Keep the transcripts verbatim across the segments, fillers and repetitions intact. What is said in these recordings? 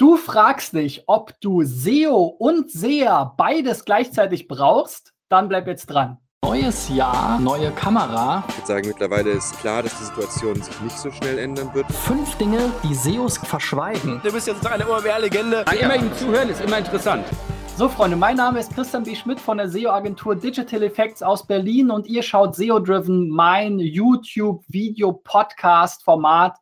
Du fragst dich, ob du S E O und S E A beides gleichzeitig brauchst? Dann bleib jetzt dran. Neues Jahr, neue Kamera. Ich würde sagen, mittlerweile ist klar, dass die Situation sich nicht so schnell ändern wird. Fünf Dinge, die S E Os verschweigen. Du bist jetzt eine O M R-Legende. Ja. Immer ihm zuhören ist immer interessant. So, Freunde, mein Name ist Christian B. Schmidt von der S E O-Agentur Digital Effects aus Berlin und ihr schaut S E O-Driven, mein YouTube-Video-Podcast-Format,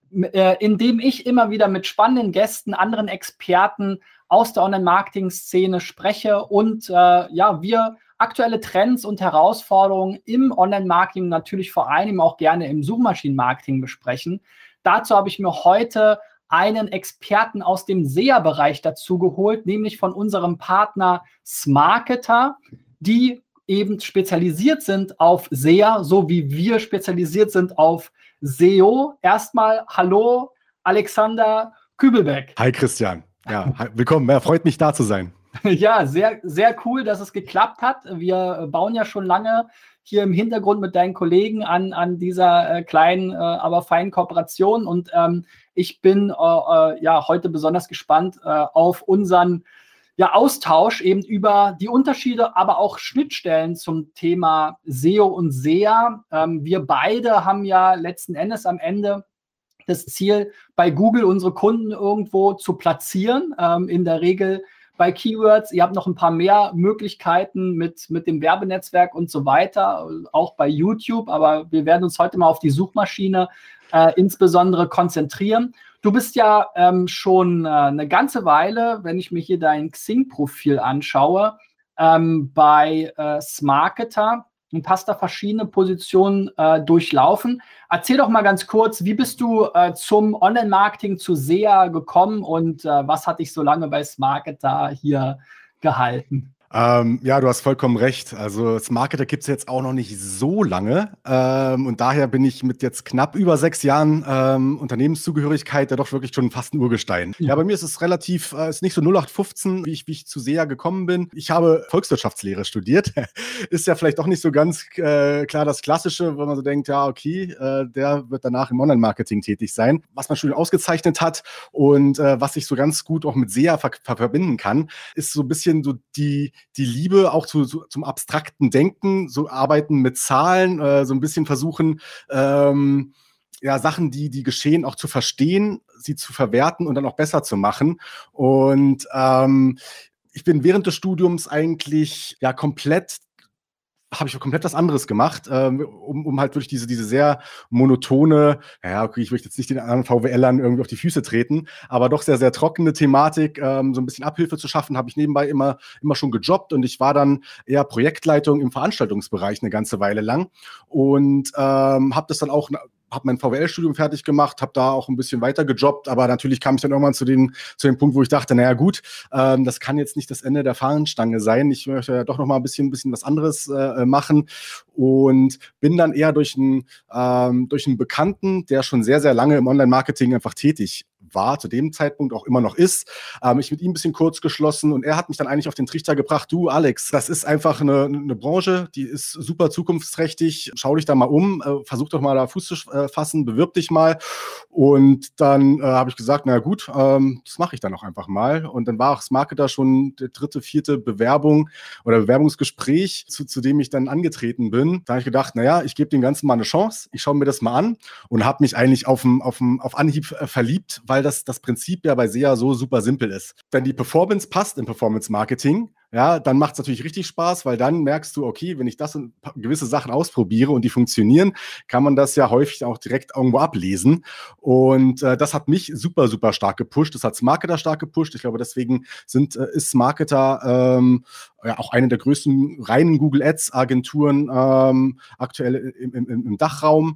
in dem ich immer wieder mit spannenden Gästen, anderen Experten aus der Online-Marketing-Szene spreche und äh, ja, wir aktuelle Trends und Herausforderungen im Online-Marketing, natürlich vor allem auch gerne im Suchmaschinen-Marketing besprechen. Dazu habe ich mir heute einen Experten aus dem S E A-Bereich dazu geholt, nämlich von unserem Partner Smarketer, die eben spezialisiert sind auf S E A, so wie wir spezialisiert sind auf S E O. Erstmal hallo, Alexander Kübelbeck. Hi Christian, ja, willkommen, ja, freut mich da zu sein. Ja, sehr, sehr cool, dass es geklappt hat. Wir bauen ja schon lange hier im Hintergrund mit deinen Kollegen an, an dieser äh, kleinen, äh, aber feinen Kooperation und ähm, ich bin äh, äh, ja heute besonders gespannt äh, auf unseren ja, Austausch eben über die Unterschiede, aber auch Schnittstellen zum Thema S E O und S E A. Ähm, wir beide haben ja letzten Endes am Ende das Ziel, bei Google unsere Kunden irgendwo zu platzieren, ähm, in der Regel bei Keywords. Ihr habt noch ein paar mehr Möglichkeiten mit, mit dem Werbenetzwerk und so weiter, auch bei YouTube, aber wir werden uns heute mal auf die Suchmaschine äh, insbesondere konzentrieren. Du bist ja ähm, schon äh, eine ganze Weile, wenn ich mir hier dein Xing-Profil anschaue, ähm, bei äh, Smarketer und hast da verschiedene Positionen äh, durchlaufen. Erzähl doch mal ganz kurz, wie bist du äh, zum Online-Marketing, zu S E A gekommen und äh, was hat dich so lange bei Smarketer hier gehalten? Ähm, ja, du hast vollkommen recht. Also Smarketer gibt es jetzt auch noch nicht so lange ähm, und daher bin ich mit jetzt knapp über sechs Jahren ähm, Unternehmenszugehörigkeit ja doch wirklich schon fast ein Urgestein. Ja, ja bei mir ist es relativ, äh, ist nicht so null acht fünfzehn, wie ich, wie ich zu S E A gekommen bin. Ich habe Volkswirtschaftslehre studiert. Ist ja vielleicht auch nicht so ganz äh, klar das Klassische, wo man so denkt, ja okay, äh, der wird danach im Online-Marketing tätig sein. Was mein Studium ausgezeichnet hat und äh, was ich so ganz gut auch mit S E A ver ver verbinden kann, ist so ein bisschen so die die Liebe auch zu, zu, zum abstrakten Denken, so arbeiten mit Zahlen, äh, so ein bisschen versuchen, ähm, ja, Sachen, die, die geschehen, auch zu verstehen, sie zu verwerten und dann auch besser zu machen. Und ähm, ich bin während des Studiums eigentlich ja komplett habe ich komplett was anderes gemacht, ähm, um, um halt wirklich diese, diese sehr monotone, naja, okay, ich möchte jetzt nicht den anderen V W Lern irgendwie auf die Füße treten, aber doch sehr, sehr trockene Thematik, ähm, so ein bisschen Abhilfe zu schaffen, habe ich nebenbei immer, immer schon gejobbt und ich war dann eher Projektleitung im Veranstaltungsbereich eine ganze Weile lang und ähm, habe das dann auch habe mein V W L-Studium fertig gemacht, habe da auch ein bisschen weiter gejobbt, aber natürlich kam ich dann irgendwann zu dem, zu dem Punkt, wo ich dachte, naja gut, ähm, das kann jetzt nicht das Ende der Fahnenstange sein. Ich möchte ja doch noch mal ein bisschen, ein bisschen was anderes äh, machen und bin dann eher durch einen, ähm, durch einen Bekannten, der schon sehr, sehr lange im Online-Marketing einfach tätig war, zu dem Zeitpunkt auch immer noch ist, ähm, ich mit ihm ein bisschen kurz geschlossen und er hat mich dann eigentlich auf den Trichter gebracht, du Alex, das ist einfach eine, eine Branche, die ist super zukunftsträchtig, schau dich da mal um, äh, versuch doch mal da Fuß zu äh, fassen, bewirb dich mal und dann äh, habe ich gesagt, na gut, ähm, das mache ich dann auch einfach mal und dann war auch Smarketer schon die dritte, vierte Bewerbung oder Bewerbungsgespräch, zu, zu dem ich dann angetreten bin. Da habe ich gedacht, naja, ich gebe dem Ganzen mal eine Chance, ich schaue mir das mal an und habe mich eigentlich auf, auf, auf Anhieb äh, verliebt, weil das, das Prinzip ja bei S E A so super simpel ist. Wenn die Performance passt im Performance-Marketing, ja, dann macht es natürlich richtig Spaß, weil dann merkst du, okay, wenn ich das und gewisse Sachen ausprobiere und die funktionieren, kann man das ja häufig auch direkt irgendwo ablesen. Und äh, das hat mich super, super stark gepusht. Das hat Smarketer stark gepusht. Ich glaube, deswegen sind, äh, ist Smarketer ähm, ja auch eine der größten reinen Google Ads-Agenturen ähm, aktuell im, im, im Dachraum.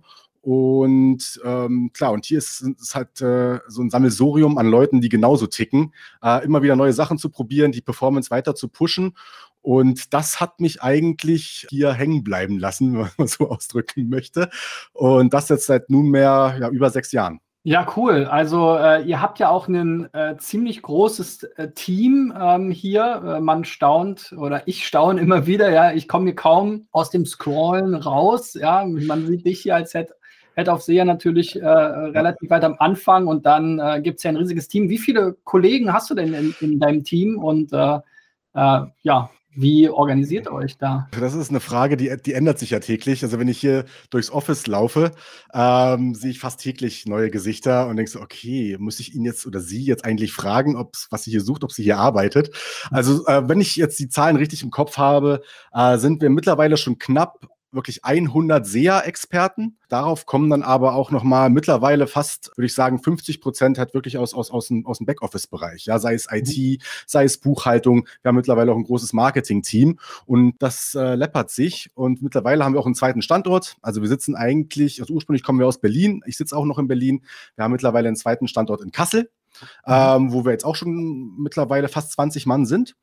Und ähm, klar, und hier ist es halt äh, so ein Sammelsurium an Leuten, die genauso ticken, äh, immer wieder neue Sachen zu probieren, die Performance weiter zu pushen. Und das hat mich eigentlich hier hängen bleiben lassen, wenn man so ausdrücken möchte. Und das jetzt seit nunmehr ja, über sechs Jahren. Ja, cool. Also äh, ihr habt ja auch ein äh, ziemlich großes äh, Team ähm, hier. Äh, man staunt oder ich staune immer wieder. Ja, ich komme hier kaum aus dem Scrollen raus. Ja, man sieht dich hier als Head Head of S E A natürlich äh, relativ weit am Anfang und dann äh, gibt es ja ein riesiges Team. Wie viele Kollegen hast du denn in, in deinem Team und äh, äh, ja, wie organisiert ihr euch da? Das ist eine Frage, die, die ändert sich ja täglich. Also wenn ich hier durchs Office laufe, ähm, sehe ich fast täglich neue Gesichter und denke so, okay, muss ich ihn jetzt oder sie jetzt eigentlich fragen, ob's, was sie hier sucht, ob sie hier arbeitet? Also äh, wenn ich jetzt die Zahlen richtig im Kopf habe, äh, sind wir mittlerweile schon knapp wirklich hundert S E A-Experten. Darauf kommen dann aber auch nochmal mittlerweile fast, würde ich sagen, fünfzig Prozent halt wirklich aus, aus, aus dem, aus dem Backoffice-Bereich. Ja, sei es I T, sei es Buchhaltung. Wir haben mittlerweile auch ein großes Marketing-Team und das äh, läppert sich. Und mittlerweile haben wir auch einen zweiten Standort. Also wir sitzen eigentlich, also ursprünglich kommen wir aus Berlin. Ich sitze auch noch in Berlin. Wir haben mittlerweile einen zweiten Standort in Kassel, mhm. ähm, wo wir jetzt auch schon mittlerweile fast zwanzig Mann sind.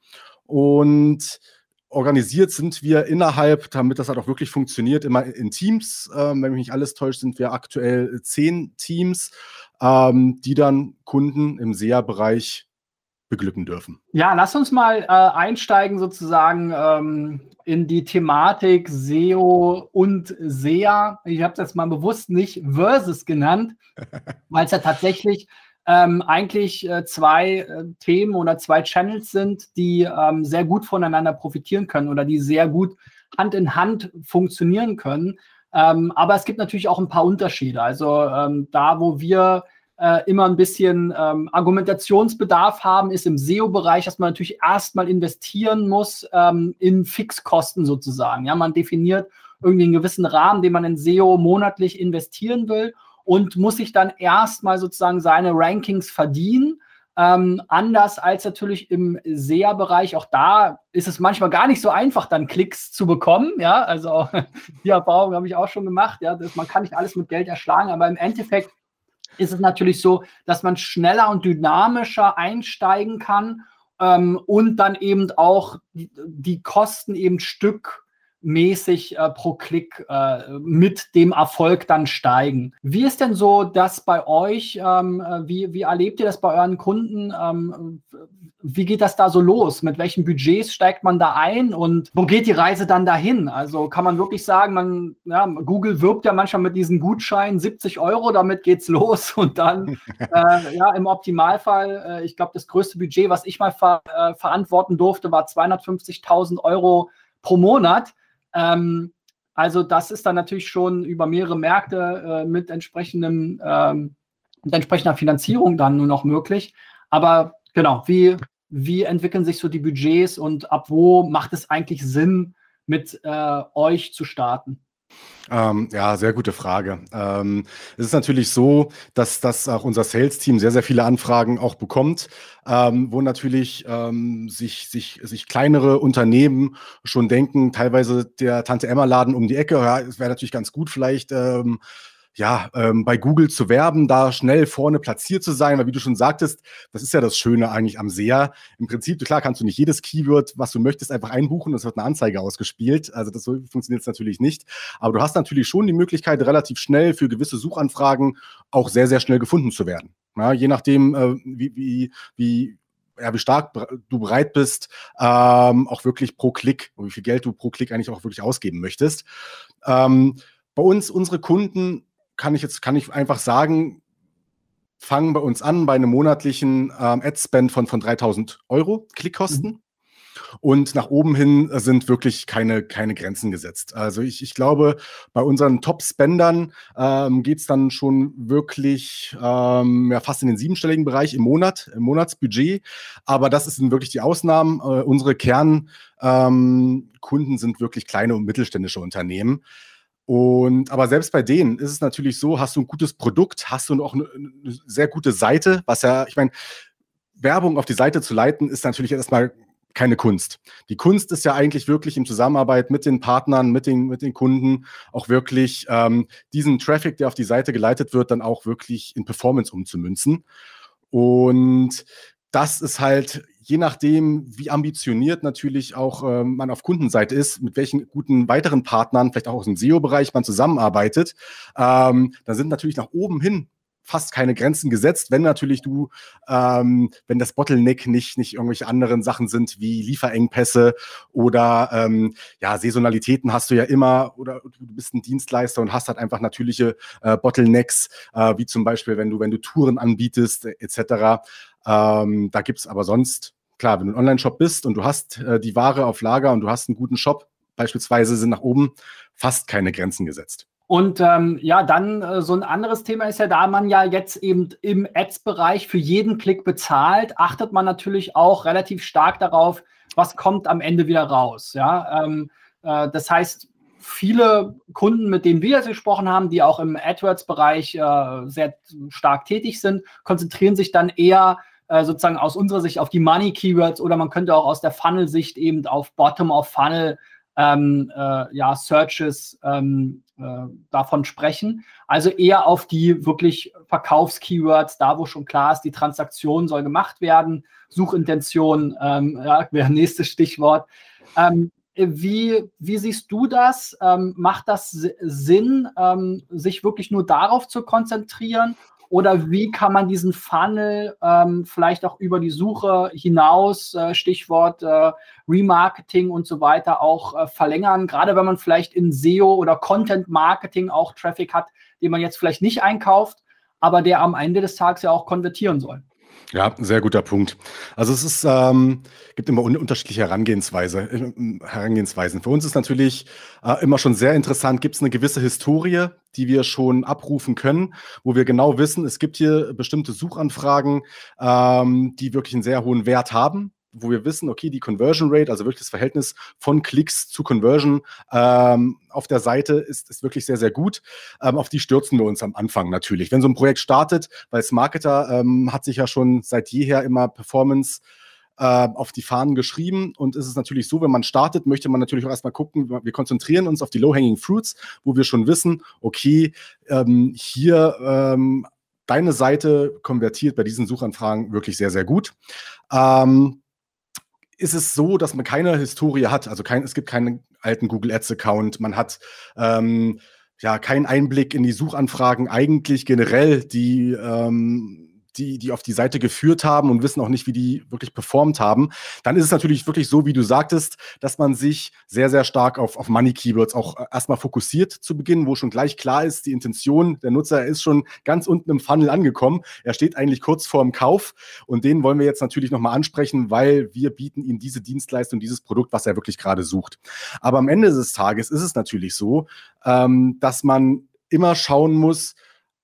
Und organisiert sind wir innerhalb, damit das halt auch wirklich funktioniert, immer in Teams. Ähm, wenn mich nicht alles täuscht, sind wir aktuell zehn Teams, ähm, die dann Kunden im S E A-Bereich beglücken dürfen. Ja, lass uns mal äh, einsteigen sozusagen ähm, in die Thematik S E O und S E A. Ich habe es jetzt mal bewusst nicht Versus genannt, weil es ja tatsächlich Ähm, eigentlich äh, zwei äh, Themen oder zwei Channels sind, die ähm, sehr gut voneinander profitieren können oder die sehr gut Hand in Hand funktionieren können. Ähm, aber es gibt natürlich auch ein paar Unterschiede. Also ähm, da, wo wir äh, immer ein bisschen ähm, Argumentationsbedarf haben, ist im S E O-Bereich, dass man natürlich erstmal investieren muss ähm, in Fixkosten sozusagen. Ja, man definiert irgendwie einen gewissen Rahmen, den man in S E O monatlich investieren will, und muss sich dann erstmal sozusagen seine Rankings verdienen. Ähm, anders als natürlich im S E A-Bereich. Auch da ist es manchmal gar nicht so einfach, dann Klicks zu bekommen. Ja, also die Erfahrung habe ich auch schon gemacht. Ja, das, man kann nicht alles mit Geld erschlagen, aber im Endeffekt ist es natürlich so, dass man schneller und dynamischer einsteigen kann ähm, und dann eben auch die, die Kosten eben Stück mäßig äh, pro Klick äh, mit dem Erfolg dann steigen. Wie ist denn so das bei euch? Ähm, wie, wie erlebt ihr das bei euren Kunden? Ähm, wie geht das da so los? Mit welchen Budgets steigt man da ein und wo geht die Reise dann dahin? Also kann man wirklich sagen, man, ja, Google wirbt ja manchmal mit diesen Gutscheinen siebzig Euro, damit geht's los und dann äh, ja, im Optimalfall, äh, ich glaube, das größte Budget, was ich mal ver, äh, verantworten durfte, war zweihundertfünfzigtausend Euro pro Monat. Ähm, also das ist dann natürlich schon über mehrere Märkte äh, mit entsprechendem, ähm, mit entsprechender Finanzierung dann nur noch möglich. Aber genau, wie, wie entwickeln sich so die Budgets und ab wo macht es eigentlich Sinn, mit äh, euch zu starten? Ähm, ja, sehr gute Frage. Ähm, es ist natürlich so, dass, dass auch unser Sales-Team sehr, sehr viele Anfragen auch bekommt, ähm, wo natürlich ähm, sich, sich, sich kleinere Unternehmen schon denken, teilweise der Tante-Emma-Laden um die Ecke, ja, es wäre natürlich ganz gut vielleicht, ähm, ja, ähm, bei Google zu werben, da schnell vorne platziert zu sein, weil wie du schon sagtest, das ist ja das Schöne eigentlich am S E A. Im Prinzip, klar, kannst du nicht jedes Keyword, was du möchtest, einfach einbuchen und es wird eine Anzeige ausgespielt. Also das so funktioniert es natürlich nicht. Aber du hast natürlich schon die Möglichkeit, relativ schnell für gewisse Suchanfragen auch sehr, sehr schnell gefunden zu werden. Ja, je nachdem, äh, wie, wie, wie ja, wie stark du bereit bist, ähm, auch wirklich pro Klick, wie viel Geld du pro Klick eigentlich auch wirklich ausgeben möchtest. Ähm, bei uns, unsere Kunden, kann ich jetzt kann ich einfach sagen, fangen bei uns an bei einem monatlichen ähm, Ad-Spend von, von dreitausend Euro Klickkosten. Mhm. Und nach oben hin sind wirklich keine, keine Grenzen gesetzt. Also ich, ich glaube, bei unseren Top-Spendern ähm, geht es dann schon wirklich ähm, ja, fast in den siebenstelligen Bereich im Monat, im Monatsbudget. Aber das sind wirklich die Ausnahmen. Äh, unsere Kernkunden ähm, sind wirklich kleine und mittelständische Unternehmen. Und aber selbst bei denen ist es natürlich so, hast du ein gutes Produkt, hast du auch eine, eine sehr gute Seite, was ja, ich meine, Werbung auf die Seite zu leiten, ist natürlich erstmal keine Kunst. Die Kunst ist ja eigentlich wirklich in Zusammenarbeit mit den Partnern, mit den, mit den Kunden, auch wirklich ähm, diesen Traffic, der auf die Seite geleitet wird, dann auch wirklich in Performance umzumünzen. Und das ist halt, je nachdem, wie ambitioniert natürlich auch ähm, man auf Kundenseite ist, mit welchen guten weiteren Partnern, vielleicht auch aus dem S E O-Bereich, man zusammenarbeitet, ähm, dann sind natürlich nach oben hin fast keine Grenzen gesetzt, wenn natürlich du, ähm, wenn das Bottleneck nicht, nicht irgendwelche anderen Sachen sind wie Lieferengpässe oder ähm, ja, Saisonalitäten hast du ja immer oder du bist ein Dienstleister und hast halt einfach natürliche äh, Bottlenecks, äh, wie zum Beispiel, wenn du, wenn du Touren anbietest, et cetera. Ähm, da gibt's aber sonst, klar, wenn du ein Online-Shop bist und du hast äh, die Ware auf Lager und du hast einen guten Shop, beispielsweise sind nach oben fast keine Grenzen gesetzt. Und ähm, ja, dann äh, so ein anderes Thema ist ja, da man ja jetzt eben im Ads-Bereich für jeden Klick bezahlt, achtet man natürlich auch relativ stark darauf, was kommt am Ende wieder raus. Ja? Ähm, äh, das heißt, viele Kunden, mit denen wir jetzt gesprochen haben, die auch im AdWords-Bereich äh, sehr stark tätig sind, konzentrieren sich dann eher äh, sozusagen aus unserer Sicht auf die Money-Keywords oder man könnte auch aus der Funnel-Sicht eben auf Bottom-of-Funnel Ähm, äh, ja, Searches ähm, äh, davon sprechen. Also eher auf die wirklich Verkaufskeywords, da wo schon klar ist, die Transaktion soll gemacht werden. Suchintention ähm, ja, wäre nächstes Stichwort. Ähm, wie, wie siehst du das? Ähm, macht das Sinn, ähm, sich wirklich nur darauf zu konzentrieren? Oder wie kann man diesen Funnel ähm, vielleicht auch über die Suche hinaus, äh, Stichwort äh, Remarketing und so weiter, auch äh, verlängern? Gerade wenn man vielleicht in S E O oder Content Marketing auch Traffic hat, den man jetzt vielleicht nicht einkauft, aber der am Ende des Tages ja auch konvertieren soll. Ja, sehr guter Punkt. Also es ist, ähm, gibt immer un unterschiedliche Herangehensweise, äh, Herangehensweisen. Für uns ist natürlich äh, immer schon sehr interessant, gibt es eine gewisse Historie, die wir schon abrufen können, wo wir genau wissen, es gibt hier bestimmte Suchanfragen, ähm, die wirklich einen sehr hohen Wert haben, wo wir wissen, okay, die Conversion Rate, also wirklich das Verhältnis von Klicks zu Conversion ähm, auf der Seite ist, ist wirklich sehr, sehr gut. Ähm, auf die stürzen wir uns am Anfang natürlich. Wenn so ein Projekt startet, weil als Marketer ähm, hat sich ja schon seit jeher immer Performance äh, auf die Fahnen geschrieben und es ist natürlich so, wenn man startet, möchte man natürlich auch erstmal gucken, wir konzentrieren uns auf die Low-Hanging Fruits, wo wir schon wissen, okay, ähm, hier ähm, deine Seite konvertiert bei diesen Suchanfragen wirklich sehr, sehr gut. Ähm, ist es so, dass man keine Historie hat, also kein, es gibt keinen alten Google Ads Account, man hat ähm, ja keinen Einblick in die Suchanfragen eigentlich generell, die ähm, die, die auf die Seite geführt haben und wissen auch nicht, wie die wirklich performt haben, dann ist es natürlich wirklich so, wie du sagtest, dass man sich sehr, sehr stark auf, auf Money-Keywords auch erstmal fokussiert zu Beginn, wo schon gleich klar ist, die Intention, der Nutzer ist schon ganz unten im Funnel angekommen. Er steht eigentlich kurz vor dem Kauf und den wollen wir jetzt natürlich nochmal ansprechen, weil wir bieten ihm diese Dienstleistung, dieses Produkt, was er wirklich gerade sucht. Aber am Ende des Tages ist es natürlich so, ähm, dass man immer schauen muss,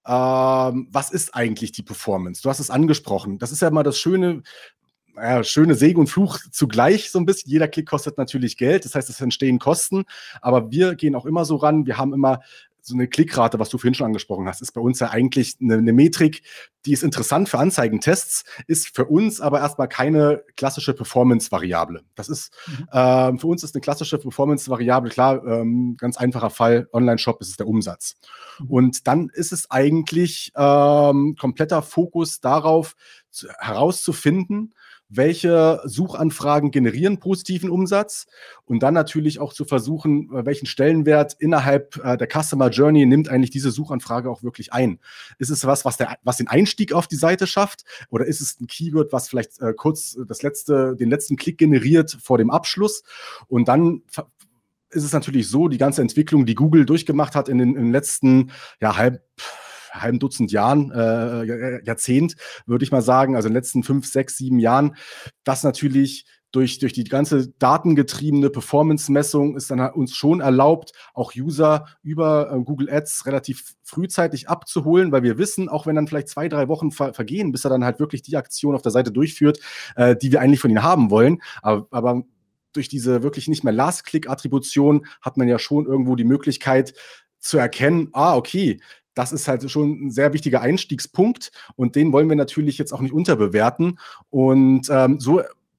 Ähm, was ist eigentlich die Performance? Du hast es angesprochen. Das ist ja immer das Schöne, ja, schöne Segen und Fluch zugleich so ein bisschen. Jeder Klick kostet natürlich Geld, das heißt, es entstehen Kosten, aber wir gehen auch immer so ran, wir haben immer so eine Klickrate, was du vorhin schon angesprochen hast, ist bei uns ja eigentlich eine, eine Metrik, die ist interessant für Anzeigentests, ist für uns aber erstmal keine klassische Performance-Variable. Das ist, mhm. ähm, für uns ist eine klassische Performance-Variable, klar, ähm, ganz einfacher Fall, Online-Shop, ist es der Umsatz. Mhm. Und dann ist es eigentlich ähm, kompletter Fokus darauf, zu, herauszufinden, welche Suchanfragen generieren positiven Umsatz und dann natürlich auch zu versuchen, welchen Stellenwert innerhalb äh, der Customer Journey nimmt eigentlich diese Suchanfrage auch wirklich ein. Ist es was, was, der, was den Einstieg auf die Seite schafft oder ist es ein Keyword, was vielleicht äh, kurz das letzte, den letzten Klick generiert vor dem Abschluss und dann ist es natürlich so, die ganze Entwicklung, die Google durchgemacht hat in den, in den letzten ja, halb halben Dutzend Jahren, äh, Jahrzehnt, würde ich mal sagen, also in den letzten fünf, sechs, sieben Jahren, das natürlich durch, durch die ganze datengetriebene Performance-Messung ist dann uns schon erlaubt, auch User über äh, Google Ads relativ frühzeitig abzuholen, weil wir wissen, auch wenn dann vielleicht zwei, drei Wochen ver vergehen, bis er dann halt wirklich die Aktion auf der Seite durchführt, äh, die wir eigentlich von ihnen haben wollen, aber, aber durch diese wirklich nicht mehr Last-Click-Attribution hat man ja schon irgendwo die Möglichkeit zu erkennen, ah, okay, das ist halt schon ein sehr wichtiger Einstiegspunkt und den wollen wir natürlich jetzt auch nicht unterbewerten. Und ähm, so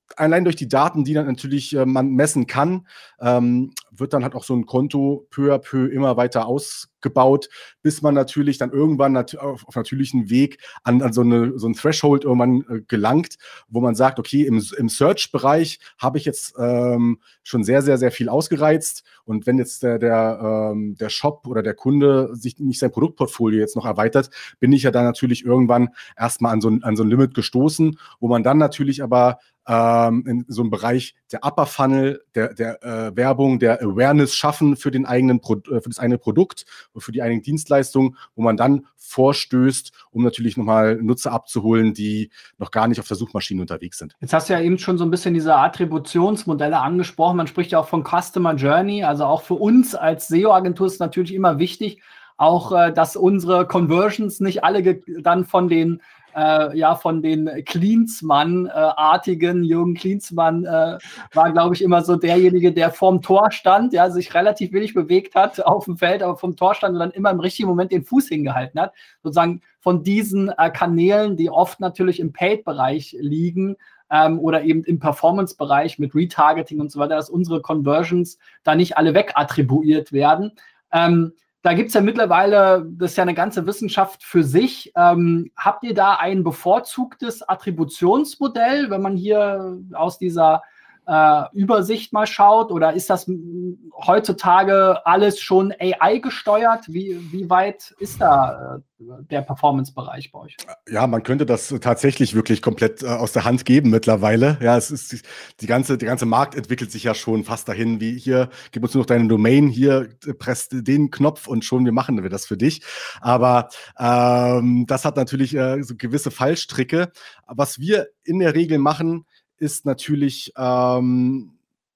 allein durch die Daten, die dann natürlich äh, man messen kann, ähm, wird dann halt auch so ein Konto peu à peu immer weiter ausgebaut, bis man natürlich dann irgendwann nat auf, auf natürlichen Weg an, an so, eine, so ein Threshold irgendwann äh, gelangt, wo man sagt, okay, im, im Search-Bereich habe ich jetzt ähm, schon sehr, sehr, sehr viel ausgereizt, und wenn jetzt der, der, ähm, der Shop oder der Kunde sich nicht sein Produktportfolio jetzt noch erweitert, bin ich ja dann natürlich irgendwann erstmal an so ein, an so ein Limit gestoßen, wo man dann natürlich aber ähm, in so einem Bereich der Upper Funnel, der, der äh, Werbung, der Awareness schaffen für, den eigenen Pro äh, für das eigene Produkt und für die eigenen Dienstleistungen, wo man dann vorstößt, um natürlich nochmal Nutzer abzuholen, die noch gar nicht auf der Suchmaschine unterwegs sind. Jetzt hast du ja eben schon so ein bisschen diese Attributionsmodelle angesprochen. Man spricht ja auch von Customer Journey. Also auch für uns als S E O-Agentur ist natürlich immer wichtig, auch, äh, dass unsere Conversions nicht alle dann von den Äh, ja, von den Klinsmann-artigen, äh, Jürgen Klinsmann äh, war, glaube ich, immer so derjenige, der vorm Tor stand, ja, sich relativ wenig bewegt hat auf dem Feld, aber vom Tor stand und dann immer im richtigen Moment den Fuß hingehalten hat. Sozusagen von diesen äh, Kanälen, die oft natürlich im Paid-Bereich liegen, ähm, oder eben im Performance-Bereich mit Retargeting und so weiter, dass unsere Conversions da nicht alle wegattribuiert werden. Ähm, Da gibt es ja mittlerweile, das ist ja eine ganze Wissenschaft für sich. Ähm, habt ihr da ein bevorzugtes Attributionsmodell, wenn man hier aus dieser äh, Übersicht mal schaut? Oder ist das m, heutzutage alles schon A I gesteuert? Wie, wie weit ist da äh, der Performance-Bereich bei euch? Ja, man könnte das tatsächlich wirklich komplett äh, aus der Hand geben mittlerweile. Ja, es ist die, die ganze, der ganze Markt entwickelt sich ja schon fast dahin, wie hier, gib uns nur noch deine Domain, hier äh, presst den Knopf und schon wir machen wir das für dich. Aber ähm, das hat natürlich äh, so gewisse Fallstricke. Was wir in der Regel machen, ist natürlich, ähm,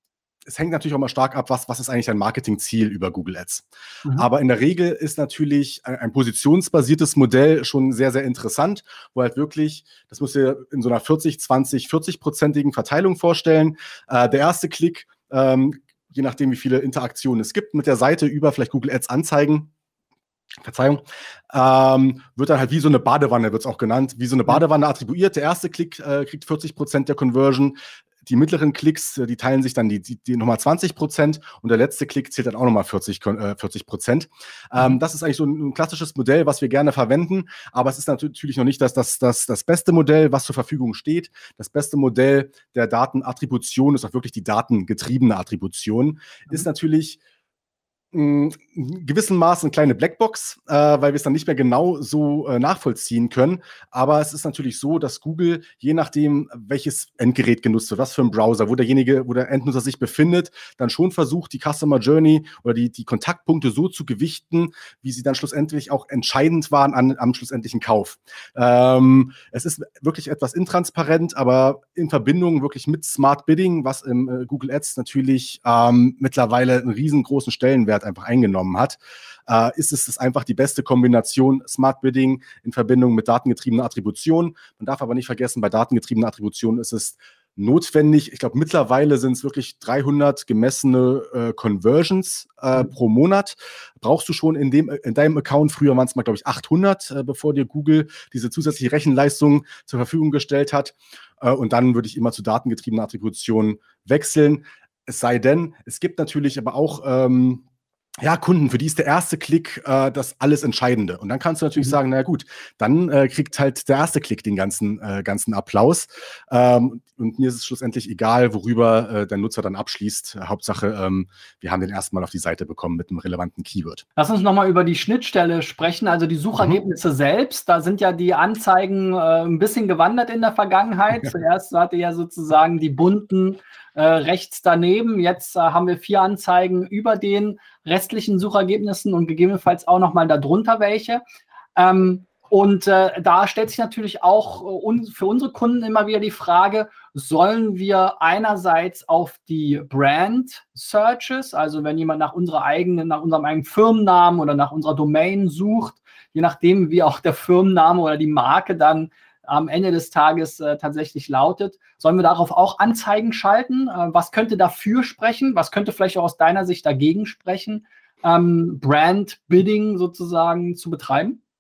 es hängt natürlich auch mal stark ab, was, was ist eigentlich dein Marketingziel über Google Ads. Mhm. Aber in der Regel ist natürlich ein, ein positionsbasiertes Modell schon sehr, sehr interessant, wo halt wirklich, das musst du dir in so einer vierzig, zwanzig, vierzig-prozentigen Verteilung vorstellen. Äh, der erste Klick, ähm, je nachdem, wie viele Interaktionen es gibt mit der Seite über vielleicht Google Ads Anzeigen, Verzeihung, ähm, wird dann halt wie so eine Badewanne, wird es auch genannt, wie so eine Badewanne attribuiert. Der erste Klick äh, kriegt vierzig Prozent der Conversion. Die mittleren Klicks, äh, die teilen sich dann die, die, die nochmal zwanzig Prozent, und der letzte Klick zählt dann auch nochmal vierzig Prozent. Ähm, das ist eigentlich so ein, ein klassisches Modell, was wir gerne verwenden, aber es ist natürlich noch nicht das, das, das, das beste Modell, was zur Verfügung steht. Das beste Modell der Datenattribution ist auch wirklich die datengetriebene Attribution, mhm. ist natürlich in gewissem Maß eine kleine Blackbox, äh, weil wir es dann nicht mehr genau so äh, nachvollziehen können. Aber es ist natürlich so, dass Google, je nachdem, welches Endgerät genutzt wird, was für ein Browser, wo derjenige, wo der Endnutzer sich befindet, dann schon versucht, die Customer Journey oder die, die Kontaktpunkte so zu gewichten, wie sie dann schlussendlich auch entscheidend waren an, am schlussendlichen Kauf. Ähm, es ist wirklich etwas intransparent, aber in Verbindung wirklich mit Smart Bidding, was im äh, Google Ads natürlich ähm, mittlerweile einen riesengroßen Stellenwert einfach eingenommen hat, äh, ist es das einfach die beste Kombination Smart Bidding in Verbindung mit datengetriebener Attribution. Man darf aber nicht vergessen, bei datengetriebener Attribution ist es notwendig. Ich glaube, mittlerweile sind es wirklich dreihundert gemessene äh, Conversions äh, pro Monat. Brauchst du schon in, dem, in deinem Account, früher waren es mal, glaube ich, achthundert, äh, bevor dir Google diese zusätzliche Rechenleistung zur Verfügung gestellt hat. Äh, und dann würde ich immer zu datengetriebener Attribution wechseln. Es sei denn, es gibt natürlich aber auch ähm, ja, Kunden, für die ist der erste Klick äh, das alles Entscheidende. Und dann kannst du natürlich mhm. sagen, na gut, dann äh, kriegt halt der erste Klick den ganzen, äh, ganzen Applaus. Ähm, und mir ist es schlussendlich egal, worüber äh, der Nutzer dann abschließt. Hauptsache, ähm, wir haben den erstmal auf die Seite bekommen mit einem relevanten Keyword. Lass uns nochmal über die Schnittstelle sprechen, also die Suchergebnisse mhm. selbst. Da sind ja die Anzeigen äh, ein bisschen gewandert in der Vergangenheit. Ja. Zuerst hatte ja sozusagen die bunten äh, rechts daneben. Jetzt äh, haben wir vier Anzeigen über den restlichen Suchergebnissen und gegebenenfalls auch nochmal darunter welche. Ähm, und äh, da stellt sich natürlich auch äh, un für unsere Kunden immer wieder die Frage, sollen wir einerseits auf die Brand Searches, also wenn jemand nach unserer eigenen, nach unserem eigenen Firmennamen oder nach unserer Domain sucht, je nachdem wie auch der Firmenname oder die Marke dann am Ende des Tages äh, tatsächlich lautet, sollen wir darauf auch Anzeigen schalten? Äh, was könnte dafür sprechen? Was könnte vielleicht auch aus deiner Sicht dagegen sprechen, ähm, Brand Bidding sozusagen zu betreiben?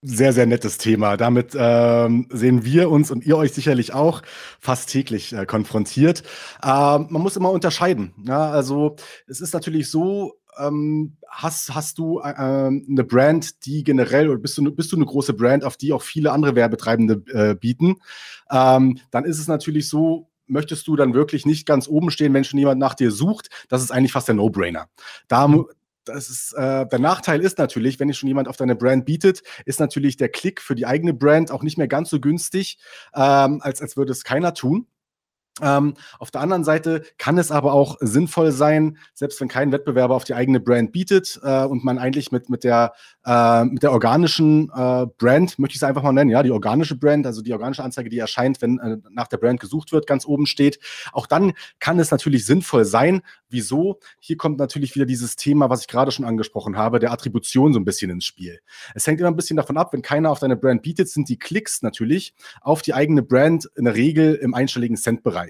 Sehr, sehr nettes Thema. Damit ähm, sehen wir uns und ihr euch sicherlich auch fast täglich äh, konfrontiert. Ähm, man muss immer unterscheiden. Ja? Also es ist natürlich so, ähm, hast, hast du äh, eine Brand, die generell, oder bist du, bist du eine große Brand, auf die auch viele andere Werbetreibende äh, bieten, ähm, dann ist es natürlich so, möchtest du dann wirklich nicht ganz oben stehen, wenn schon jemand nach dir sucht, das ist eigentlich fast der No-Brainer. Da mhm. Das ist, äh, der Nachteil ist natürlich, wenn dir schon jemand auf deine Brand bietet, ist natürlich der Klick für die eigene Brand auch nicht mehr ganz so günstig, ähm, als, als würde es keiner tun. Ähm, auf der anderen Seite kann es aber auch sinnvoll sein, selbst wenn kein Wettbewerber auf die eigene Brand bietet äh, und man eigentlich mit, mit, der, äh, mit der organischen äh, Brand, möchte ich es einfach mal nennen, ja, die organische Brand, also die organische Anzeige, die erscheint, wenn äh, nach der Brand gesucht wird, ganz oben steht. Auch dann kann es natürlich sinnvoll sein. Wieso? Hier kommt natürlich wieder dieses Thema, was ich gerade schon angesprochen habe, der Attribution so ein bisschen ins Spiel. Es hängt immer ein bisschen davon ab, wenn keiner auf deine Brand bietet, sind die Klicks natürlich auf die eigene Brand in der Regel im einstelligen Cent-Bereich.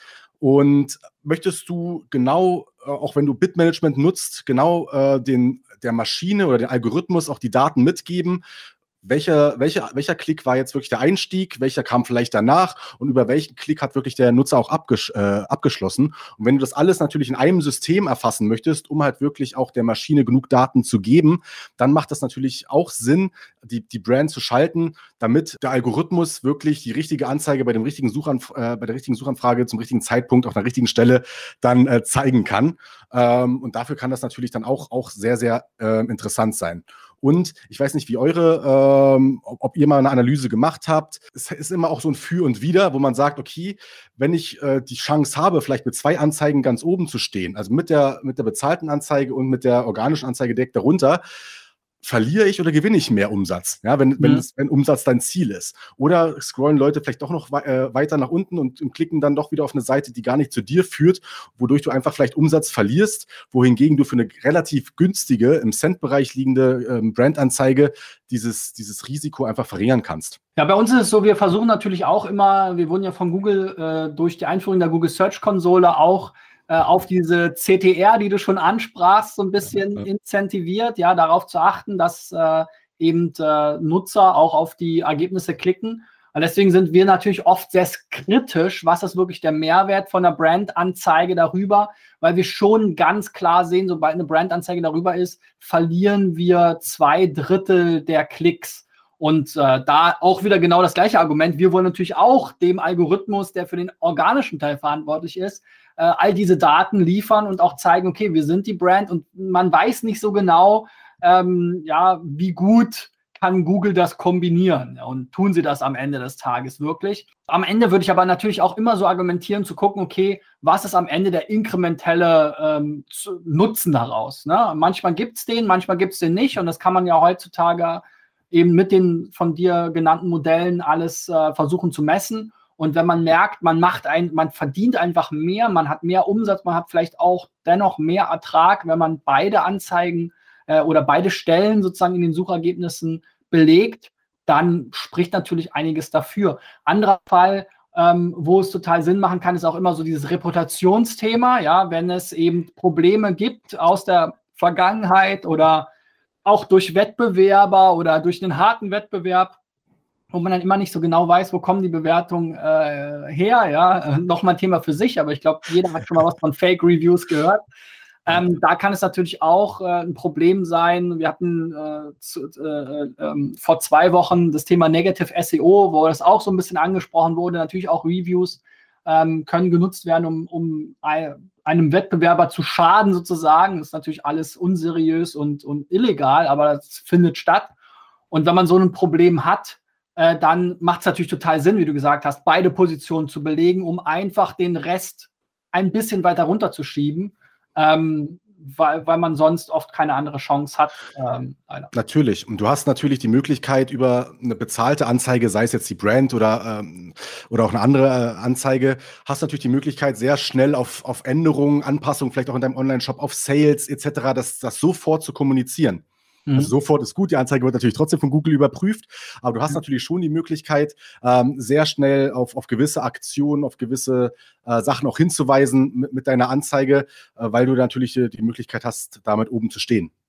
Und möchtest du genau, äh, auch wenn du Bid-Management nutzt, genau äh, den, der Maschine oder den Algorithmus auch die Daten mitgeben, welcher, welcher, welcher Klick war jetzt wirklich der Einstieg, welcher kam vielleicht danach und über welchen Klick hat wirklich der Nutzer auch abgesch äh, abgeschlossen. Und wenn du das alles natürlich in einem System erfassen möchtest, um halt wirklich auch der Maschine genug Daten zu geben, dann macht das natürlich auch Sinn, die, die Brand zu schalten, damit der Algorithmus wirklich die richtige Anzeige bei, dem richtigen Suchanf äh, bei der richtigen Suchanfrage zum richtigen Zeitpunkt auf einer richtigen Stelle dann äh, zeigen kann. Ähm, und dafür kann das natürlich dann auch, auch sehr, sehr äh, interessant sein. Und ich weiß nicht, wie eure, ähm, ob, ob ihr mal eine Analyse gemacht habt. Es ist immer auch so ein Für und Wider, wo man sagt, okay, wenn ich äh, die Chance habe, vielleicht mit zwei Anzeigen ganz oben zu stehen, also mit der, mit der bezahlten Anzeige und mit der organischen Anzeige direkt darunter, verliere ich oder gewinne ich mehr Umsatz, ja, wenn, wenn, Mhm. das, wenn Umsatz dein Ziel ist? Oder scrollen Leute vielleicht doch noch äh, weiter nach unten und, und klicken dann doch wieder auf eine Seite, die gar nicht zu dir führt, wodurch du einfach vielleicht Umsatz verlierst, wohingegen du für eine relativ günstige, im Cent-Bereich liegende ähm, Brandanzeige dieses, dieses Risiko einfach verringern kannst. Ja, bei uns ist es so, wir versuchen natürlich auch immer, wir wurden ja von Google äh, durch die Einführung der Google Search Konsole auch auf diese C T R, die du schon ansprachst, so ein bisschen ja, ja. incentiviert, ja, darauf zu achten, dass äh, eben äh, Nutzer auch auf die Ergebnisse klicken. Und deswegen sind wir natürlich oft sehr kritisch, was ist wirklich der Mehrwert von einer Brandanzeige darüber, weil wir schon ganz klar sehen, sobald eine Brandanzeige darüber ist, verlieren wir zwei Drittel der Klicks. Und äh, da auch wieder genau das gleiche Argument. Wir wollen natürlich auch dem Algorithmus, der für den organischen Teil verantwortlich ist, äh, all diese Daten liefern und auch zeigen, okay, wir sind die Brand und man weiß nicht so genau, ähm, ja, wie gut kann Google das kombinieren und tun sie das am Ende des Tages wirklich. Am Ende würde ich aber natürlich auch immer so argumentieren, zu gucken, okay, was ist am Ende der inkrementelle ähm, Nutzen daraus? Ne? Manchmal gibt es den, manchmal gibt es den nicht und das kann man ja heutzutage eben mit den von dir genannten Modellen alles äh, versuchen zu messen. Und wenn man merkt, man macht ein, man verdient einfach mehr, man hat mehr Umsatz, man hat vielleicht auch dennoch mehr Ertrag, wenn man beide Anzeigen äh, oder beide Stellen sozusagen in den Suchergebnissen belegt, dann spricht natürlich einiges dafür. Anderer Fall, ähm, wo es total Sinn machen kann, ist auch immer so dieses Reputationsthema. Ja, wenn es eben Probleme gibt aus der Vergangenheit oder auch durch Wettbewerber oder durch einen harten Wettbewerb, wo man dann immer nicht so genau weiß, wo kommen die Bewertungen äh, her, ja, nochmal ein Thema für sich, aber ich glaube, jeder hat schon mal was von Fake-Reviews gehört. Ähm, da kann es natürlich auch äh, ein Problem sein. Wir hatten äh, zu, äh, äh, vor zwei Wochen das Thema Negative S E O, wo das auch so ein bisschen angesprochen wurde. Natürlich auch Reviews ähm, können genutzt werden, um, um ein, einem Wettbewerber zu schaden sozusagen. Das ist natürlich alles unseriös und, und illegal, aber das findet statt. Und wenn man so ein Problem hat, äh, dann macht es natürlich total Sinn, wie du gesagt hast, beide Positionen zu belegen, um einfach den Rest ein bisschen weiter runterzuschieben, ähm, weil, weil man sonst oft keine andere Chance hat. Ähm, natürlich. Und du hast natürlich die Möglichkeit, über eine bezahlte Anzeige, sei es jetzt die Brand oder, ähm, oder auch eine andere äh, Anzeige, hast natürlich die Möglichkeit, sehr schnell auf, auf Änderungen, Anpassungen, vielleicht auch in deinem Online-Shop, auf Sales et cetera, das, das sofort zu kommunizieren. Also sofort ist gut, die Anzeige wird natürlich trotzdem von Google überprüft, aber du hast natürlich schon die Möglichkeit, ähm, sehr schnell auf, auf gewisse Aktionen, auf gewisse äh, Sachen auch hinzuweisen mit, mit deiner Anzeige, äh, weil du natürlich äh, die Möglichkeit hast, damit oben zu stehen.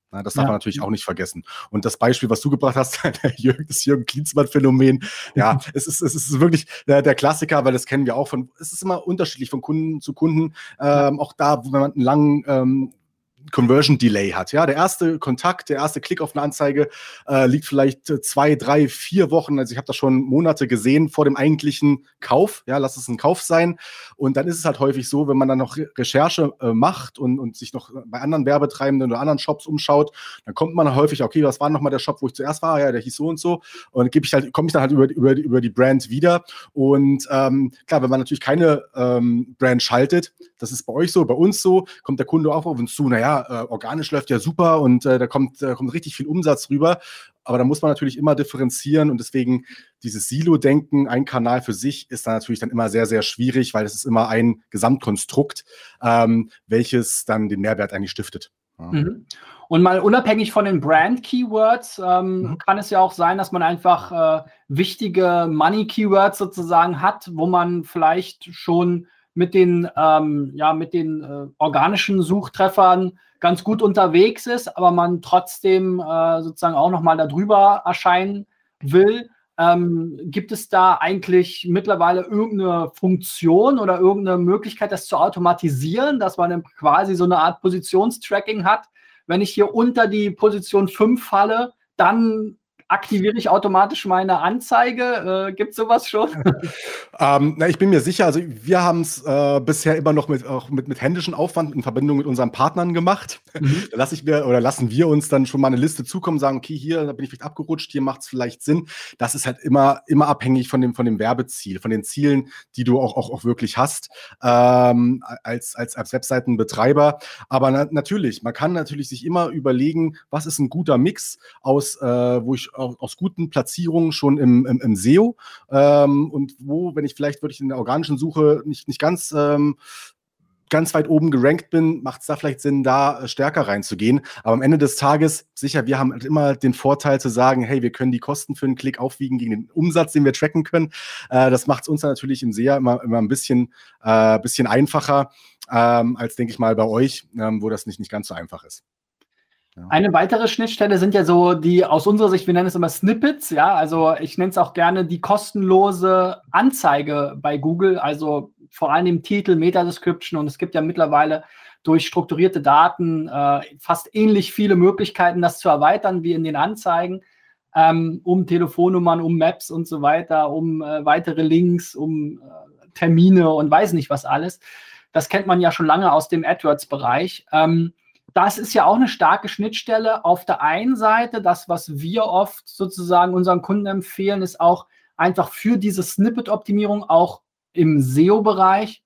Na, das darf Ja. man natürlich auch nicht vergessen. Und das Beispiel, was du gebracht hast, der Jürgen, das Jürgen Klinsmann-Phänomen, ja, es ist, es ist wirklich der, der Klassiker, weil das kennen wir auch von, es ist immer unterschiedlich von Kunden zu Kunden, ähm, auch da, wo man einen langen ähm, Conversion Delay hat. Ja, der erste Kontakt, der erste Klick auf eine Anzeige äh, liegt vielleicht äh, zwei, drei, vier Wochen. Also ich habe das schon Monate gesehen vor dem eigentlichen Kauf. Ja, lass es ein Kauf sein. Und dann ist es halt häufig so, wenn man dann noch Re Recherche äh, macht und, und sich noch bei anderen Werbetreibenden oder anderen Shops umschaut, dann kommt man häufig, okay, was war nochmal der Shop, wo ich zuerst war? Ja, der hieß so und so. Und dann gebe ich halt, komme ich dann halt über, über, über die Brand wieder. Und ähm, klar, wenn man natürlich keine ähm, Brand schaltet, das ist bei euch so, bei uns so, kommt der Kunde auch auf uns zu, naja, Äh, organisch läuft ja super und äh, da kommt, da kommt richtig viel Umsatz rüber. Aber da muss man natürlich immer differenzieren und deswegen dieses Silo-Denken, ein Kanal für sich, ist dann natürlich dann immer sehr, sehr schwierig, weil es ist immer ein Gesamtkonstrukt, ähm, welches dann den Mehrwert eigentlich stiftet. Ja. Mhm. Und mal unabhängig von den Brand-Keywords ähm, Mhm. kann es ja auch sein, dass man einfach äh, wichtige Money-Keywords sozusagen hat, wo man vielleicht schon mit den, ähm, ja, mit den äh, organischen Suchtreffern ganz gut unterwegs ist, aber man trotzdem äh, sozusagen auch nochmal darüber erscheinen will. Ähm, gibt es da eigentlich mittlerweile irgendeine Funktion oder irgendeine Möglichkeit, das zu automatisieren, dass man dann quasi so eine Art Positionstracking hat? Wenn ich hier unter die Position fünf falle, dann aktiviere ich automatisch meine Anzeige. Äh, gibt es sowas schon? Ähm, na, ich bin mir sicher, also wir haben es äh, bisher immer noch mit, auch mit, mit händischem Aufwand in Verbindung mit unseren Partnern gemacht. Mhm. Da lasse ich mir oder lassen wir uns dann schon mal eine Liste zukommen, sagen, okay, hier, da bin ich vielleicht abgerutscht, hier macht es vielleicht Sinn. Das ist halt immer, immer abhängig von dem, von dem Werbeziel, von den Zielen, die du auch, auch, auch wirklich hast, ähm, als, als, als Webseitenbetreiber. Aber na, natürlich, man kann natürlich sich immer überlegen, was ist ein guter Mix aus, äh, wo ich aus, aus guten Platzierungen schon im, im, im S E O ähm, und wo, wenn ich vielleicht wirklich in der organischen Suche nicht, nicht ganz ähm, ganz weit oben gerankt bin, macht es da vielleicht Sinn, da äh, stärker reinzugehen. Aber am Ende des Tages, sicher, wir haben halt immer den Vorteil zu sagen, hey, wir können die Kosten für einen Klick aufwiegen gegen den Umsatz, den wir tracken können. Äh, das macht es uns dann natürlich im S E A immer, immer ein bisschen, äh, bisschen einfacher, ähm, als, denke ich mal, bei euch, ähm, wo das nicht, nicht ganz so einfach ist. Ja. Eine weitere Schnittstelle sind ja so die, aus unserer Sicht, wir nennen es immer Snippets, ja, also ich nenne es auch gerne die kostenlose Anzeige bei Google, also vor allem im Titel, Meta-Description, und es gibt ja mittlerweile durch strukturierte Daten äh, fast ähnlich viele Möglichkeiten, das zu erweitern wie in den Anzeigen, ähm, um Telefonnummern, um Maps und so weiter, um äh, weitere Links, um äh, Termine und weiß nicht was alles. Das kennt man ja schon lange aus dem AdWords-Bereich. Ähm, Das ist ja auch eine starke Schnittstelle. Auf der einen Seite, das, was wir oft sozusagen unseren Kunden empfehlen, ist auch einfach für diese Snippet-Optimierung auch im S E O-Bereich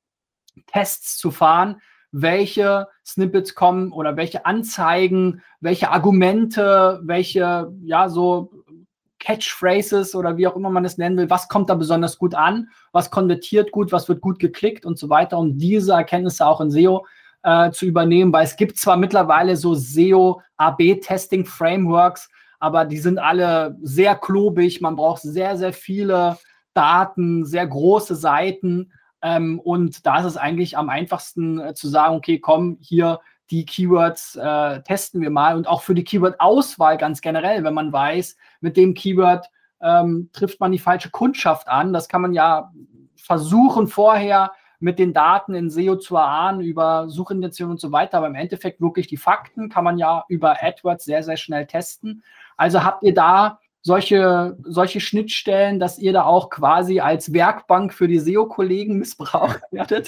Tests zu fahren, welche Snippets kommen oder welche Anzeigen, welche Argumente, welche, ja, so Catchphrases oder wie auch immer man es nennen will, was kommt da besonders gut an, was konvertiert gut, was wird gut geklickt und so weiter, um diese Erkenntnisse auch in S E O Äh, zu übernehmen, weil es gibt zwar mittlerweile so S E O-A B-Testing-Frameworks, aber die sind alle sehr klobig, man braucht sehr, sehr viele Daten, sehr große Seiten ähm, und da ist es eigentlich am einfachsten äh, zu sagen, okay, komm, hier die Keywords äh, testen wir mal und auch für die Keyword-Auswahl ganz generell, wenn man weiß, mit dem Keyword ähm, trifft man die falsche Kundschaft an, das kann man ja versuchen vorher mit den Daten in S E O zu erahnen, über Suchintentionen und so weiter, aber im Endeffekt wirklich die Fakten kann man ja über AdWords sehr, sehr schnell testen. Also habt ihr da solche, solche Schnittstellen, dass ihr da auch quasi als Werkbank für die S E O-Kollegen missbraucht werdet?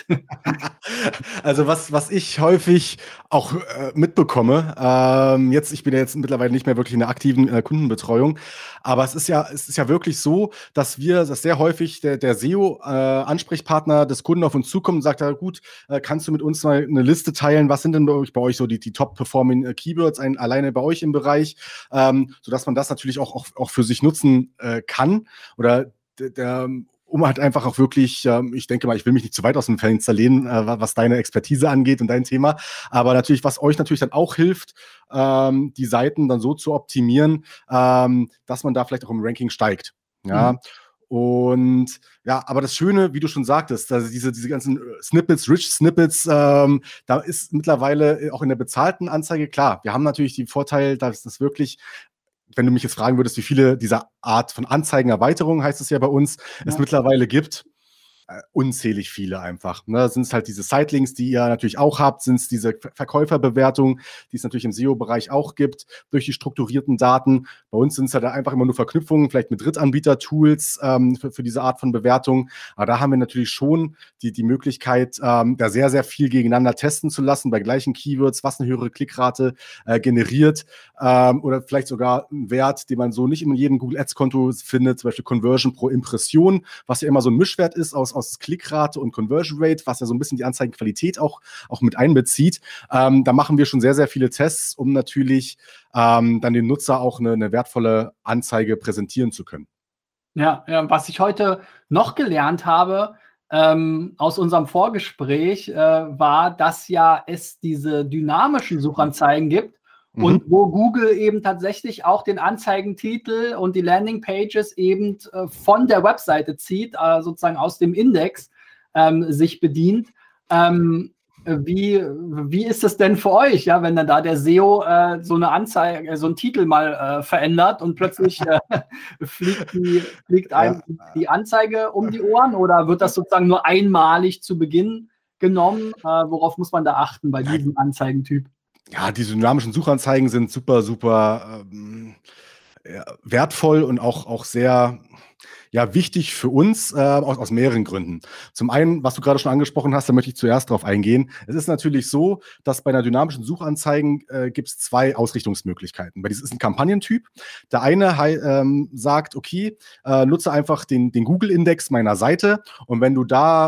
Also was, was ich häufig auch äh, mitbekomme, ähm, jetzt, ich bin ja jetzt mittlerweile nicht mehr wirklich in der aktiven äh, Kundenbetreuung, aber es ist ja, es ist ja wirklich so, dass wir, dass sehr häufig der, der S E O-Ansprechpartner äh, des Kunden auf uns zukommt und sagt, ja gut, äh, kannst du mit uns mal eine Liste teilen, was sind denn bei euch, bei euch so die, die top-performing äh, Keywords ein, alleine bei euch im Bereich, ähm, sodass man das natürlich auch, auch, auch für sich nutzen äh, kann oder der, der um halt einfach auch wirklich, ähm, ich denke mal, ich will mich nicht zu weit aus dem Fenster lehnen, äh, was deine Expertise angeht und dein Thema, aber natürlich, was euch natürlich dann auch hilft, ähm, die Seiten dann so zu optimieren, ähm, dass man da vielleicht auch im Ranking steigt. Ja. Mhm. Und ja, aber das Schöne, wie du schon sagtest, also diese, diese ganzen Snippets, Rich Snippets, ähm, da ist mittlerweile auch in der bezahlten Anzeige klar. Wir haben natürlich den Vorteil, dass das wirklich, wenn du mich jetzt fragen würdest, wie viele dieser Art von Anzeigenerweiterungen, heißt es ja bei uns, ja. es mittlerweile gibt. Äh, unzählig viele einfach. Ne? Sind es halt diese Sitelinks, die ihr natürlich auch habt, sind es diese Verkäuferbewertungen, die es natürlich im S E O-Bereich auch gibt, durch die strukturierten Daten. Bei uns sind es halt einfach immer nur Verknüpfungen, vielleicht mit Drittanbieter-Tools ähm, für, für diese Art von Bewertung. Aber da haben wir natürlich schon die, die Möglichkeit, ähm, da sehr, sehr viel gegeneinander testen zu lassen, bei gleichen Keywords, was eine höhere Klickrate äh, generiert ähm, oder vielleicht sogar einen Wert, den man so nicht in jedem Google Ads-Konto findet, zum Beispiel Conversion pro Impression, was ja immer so ein Mischwert ist aus aus Klickrate und Conversion Rate, was ja so ein bisschen die Anzeigenqualität auch, auch mit einbezieht. Ähm, da machen wir schon sehr, sehr viele Tests, um natürlich ähm, dann dem Nutzer auch eine, eine wertvolle Anzeige präsentieren zu können. Ja, ja, was ich heute noch gelernt habe, ähm, aus unserem Vorgespräch, äh, war, dass ja es diese dynamischen Suchanzeigen gibt. Mhm. Und wo Google eben tatsächlich auch den Anzeigentitel und die Landingpages eben äh, von der Webseite zieht, äh, sozusagen aus dem Index ähm, sich bedient. Ähm, wie, wie ist es denn für euch, ja, wenn dann da der S E O äh, so eine Anzeige, äh, so einen Titel mal äh, verändert und plötzlich äh, fliegt, die, fliegt einem ja. die Anzeige um die Ohren, oder wird das sozusagen nur einmalig zu Beginn genommen? Äh, worauf muss man da achten bei diesem Anzeigentyp? Ja, diese dynamischen Suchanzeigen sind super, super ähm, ja, wertvoll und auch, auch sehr ja, wichtig für uns äh, aus, aus mehreren Gründen. Zum einen, was du gerade schon angesprochen hast, da möchte ich zuerst drauf eingehen. Es ist natürlich so, dass bei einer dynamischen Suchanzeigen äh, gibt es zwei Ausrichtungsmöglichkeiten. Weil das ist ein Kampagnentyp. Der eine ähm, sagt, okay, äh, nutze einfach den, den Google-Index meiner Seite, und wenn du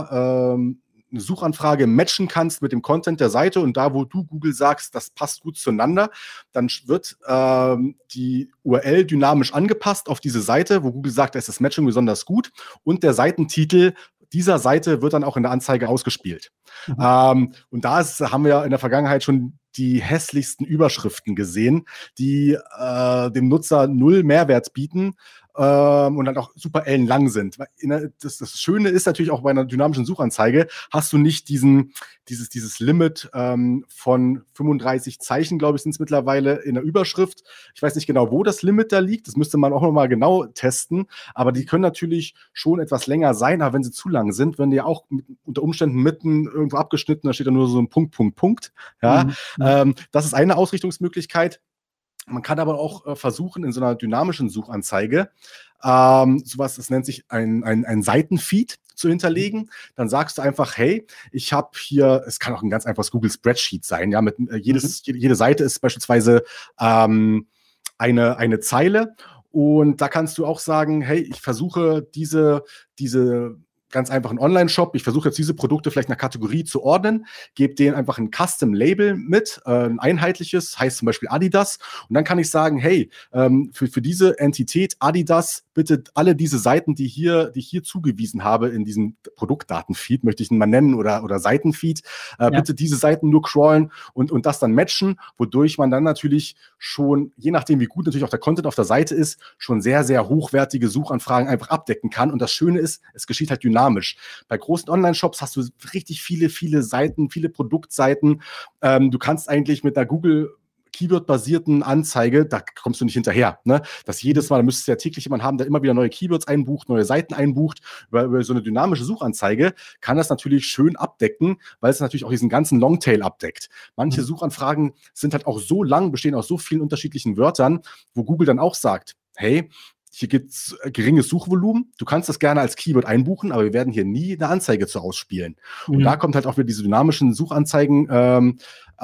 da ähm, eine Suchanfrage matchen kannst mit dem Content der Seite und da, wo du Google sagst, das passt gut zueinander, dann wird ähm, die U R L dynamisch angepasst auf diese Seite, wo Google sagt, da ist das Matching besonders gut, und der Seitentitel dieser Seite wird dann auch in der Anzeige ausgespielt. Mhm. Ähm, und da ist, haben wir in der Vergangenheit schon die hässlichsten Überschriften gesehen, die äh, dem Nutzer null Mehrwert bieten ähm, und dann auch super ellenlang sind. Das, das Schöne ist natürlich auch bei einer dynamischen Suchanzeige, hast du nicht diesen, dieses, dieses Limit ähm, von fünfunddreißig Zeichen, glaube ich, sind es mittlerweile in der Überschrift. Ich weiß nicht genau, wo das Limit da liegt. Das müsste man auch nochmal genau testen. Aber die können natürlich schon etwas länger sein. Aber wenn sie zu lang sind, werden die auch mit, unter Umständen mitten irgendwo abgeschnitten. Da steht dann nur so ein Punkt, Punkt, Punkt. Ja, mhm. ähm, das ist eine Ausrichtungsmöglichkeit. Man kann aber auch äh, versuchen, in so einer dynamischen Suchanzeige ähm, sowas, das nennt sich ein, ein, ein Seitenfeed zu hinterlegen. Dann sagst du einfach, hey, ich habe hier, es kann auch ein ganz einfaches Google Spreadsheet sein, ja, mit äh, jedes, mhm. jede Seite ist beispielsweise ähm, eine, eine Zeile, und da kannst du auch sagen, hey, ich versuche diese, diese ganz einfach einen Online-Shop. Ich versuche jetzt diese Produkte vielleicht nach Kategorie zu ordnen, gebe denen einfach ein Custom-Label mit, äh, ein einheitliches, heißt zum Beispiel Adidas. Und dann kann ich sagen, hey, ähm, für, für diese Entität Adidas, bitte alle diese Seiten, die hier, die ich hier zugewiesen habe in diesem Produktdatenfeed, möchte ich ihn mal nennen, oder, oder Seitenfeed, äh, ja. bitte diese Seiten nur crawlen und, und das dann matchen, wodurch man dann natürlich schon, je nachdem wie gut natürlich auch der Content auf der Seite ist, schon sehr, sehr hochwertige Suchanfragen einfach abdecken kann. Und das Schöne ist, es geschieht halt dynamisch. Bei großen Online-Shops hast du richtig viele, viele Seiten, viele Produktseiten. Ähm, du kannst eigentlich mit einer Google Keyword-basierten Anzeige, da kommst du nicht hinterher. Ne? Das jedes Mal, da müsstest du ja täglich jemanden haben, der immer wieder neue Keywords einbucht, neue Seiten einbucht. Über, über so eine dynamische Suchanzeige kann das natürlich schön abdecken, weil es natürlich auch diesen ganzen Longtail abdeckt. Manche mhm. Suchanfragen sind halt auch so lang, bestehen aus so vielen unterschiedlichen Wörtern, wo Google dann auch sagt, hey, hier gibt es geringes Suchvolumen. Du kannst das gerne als Keyword einbuchen, aber wir werden hier nie eine Anzeige zu ausspielen. Mhm. Und da kommt halt auch wieder diese dynamischen Suchanzeigen ähm,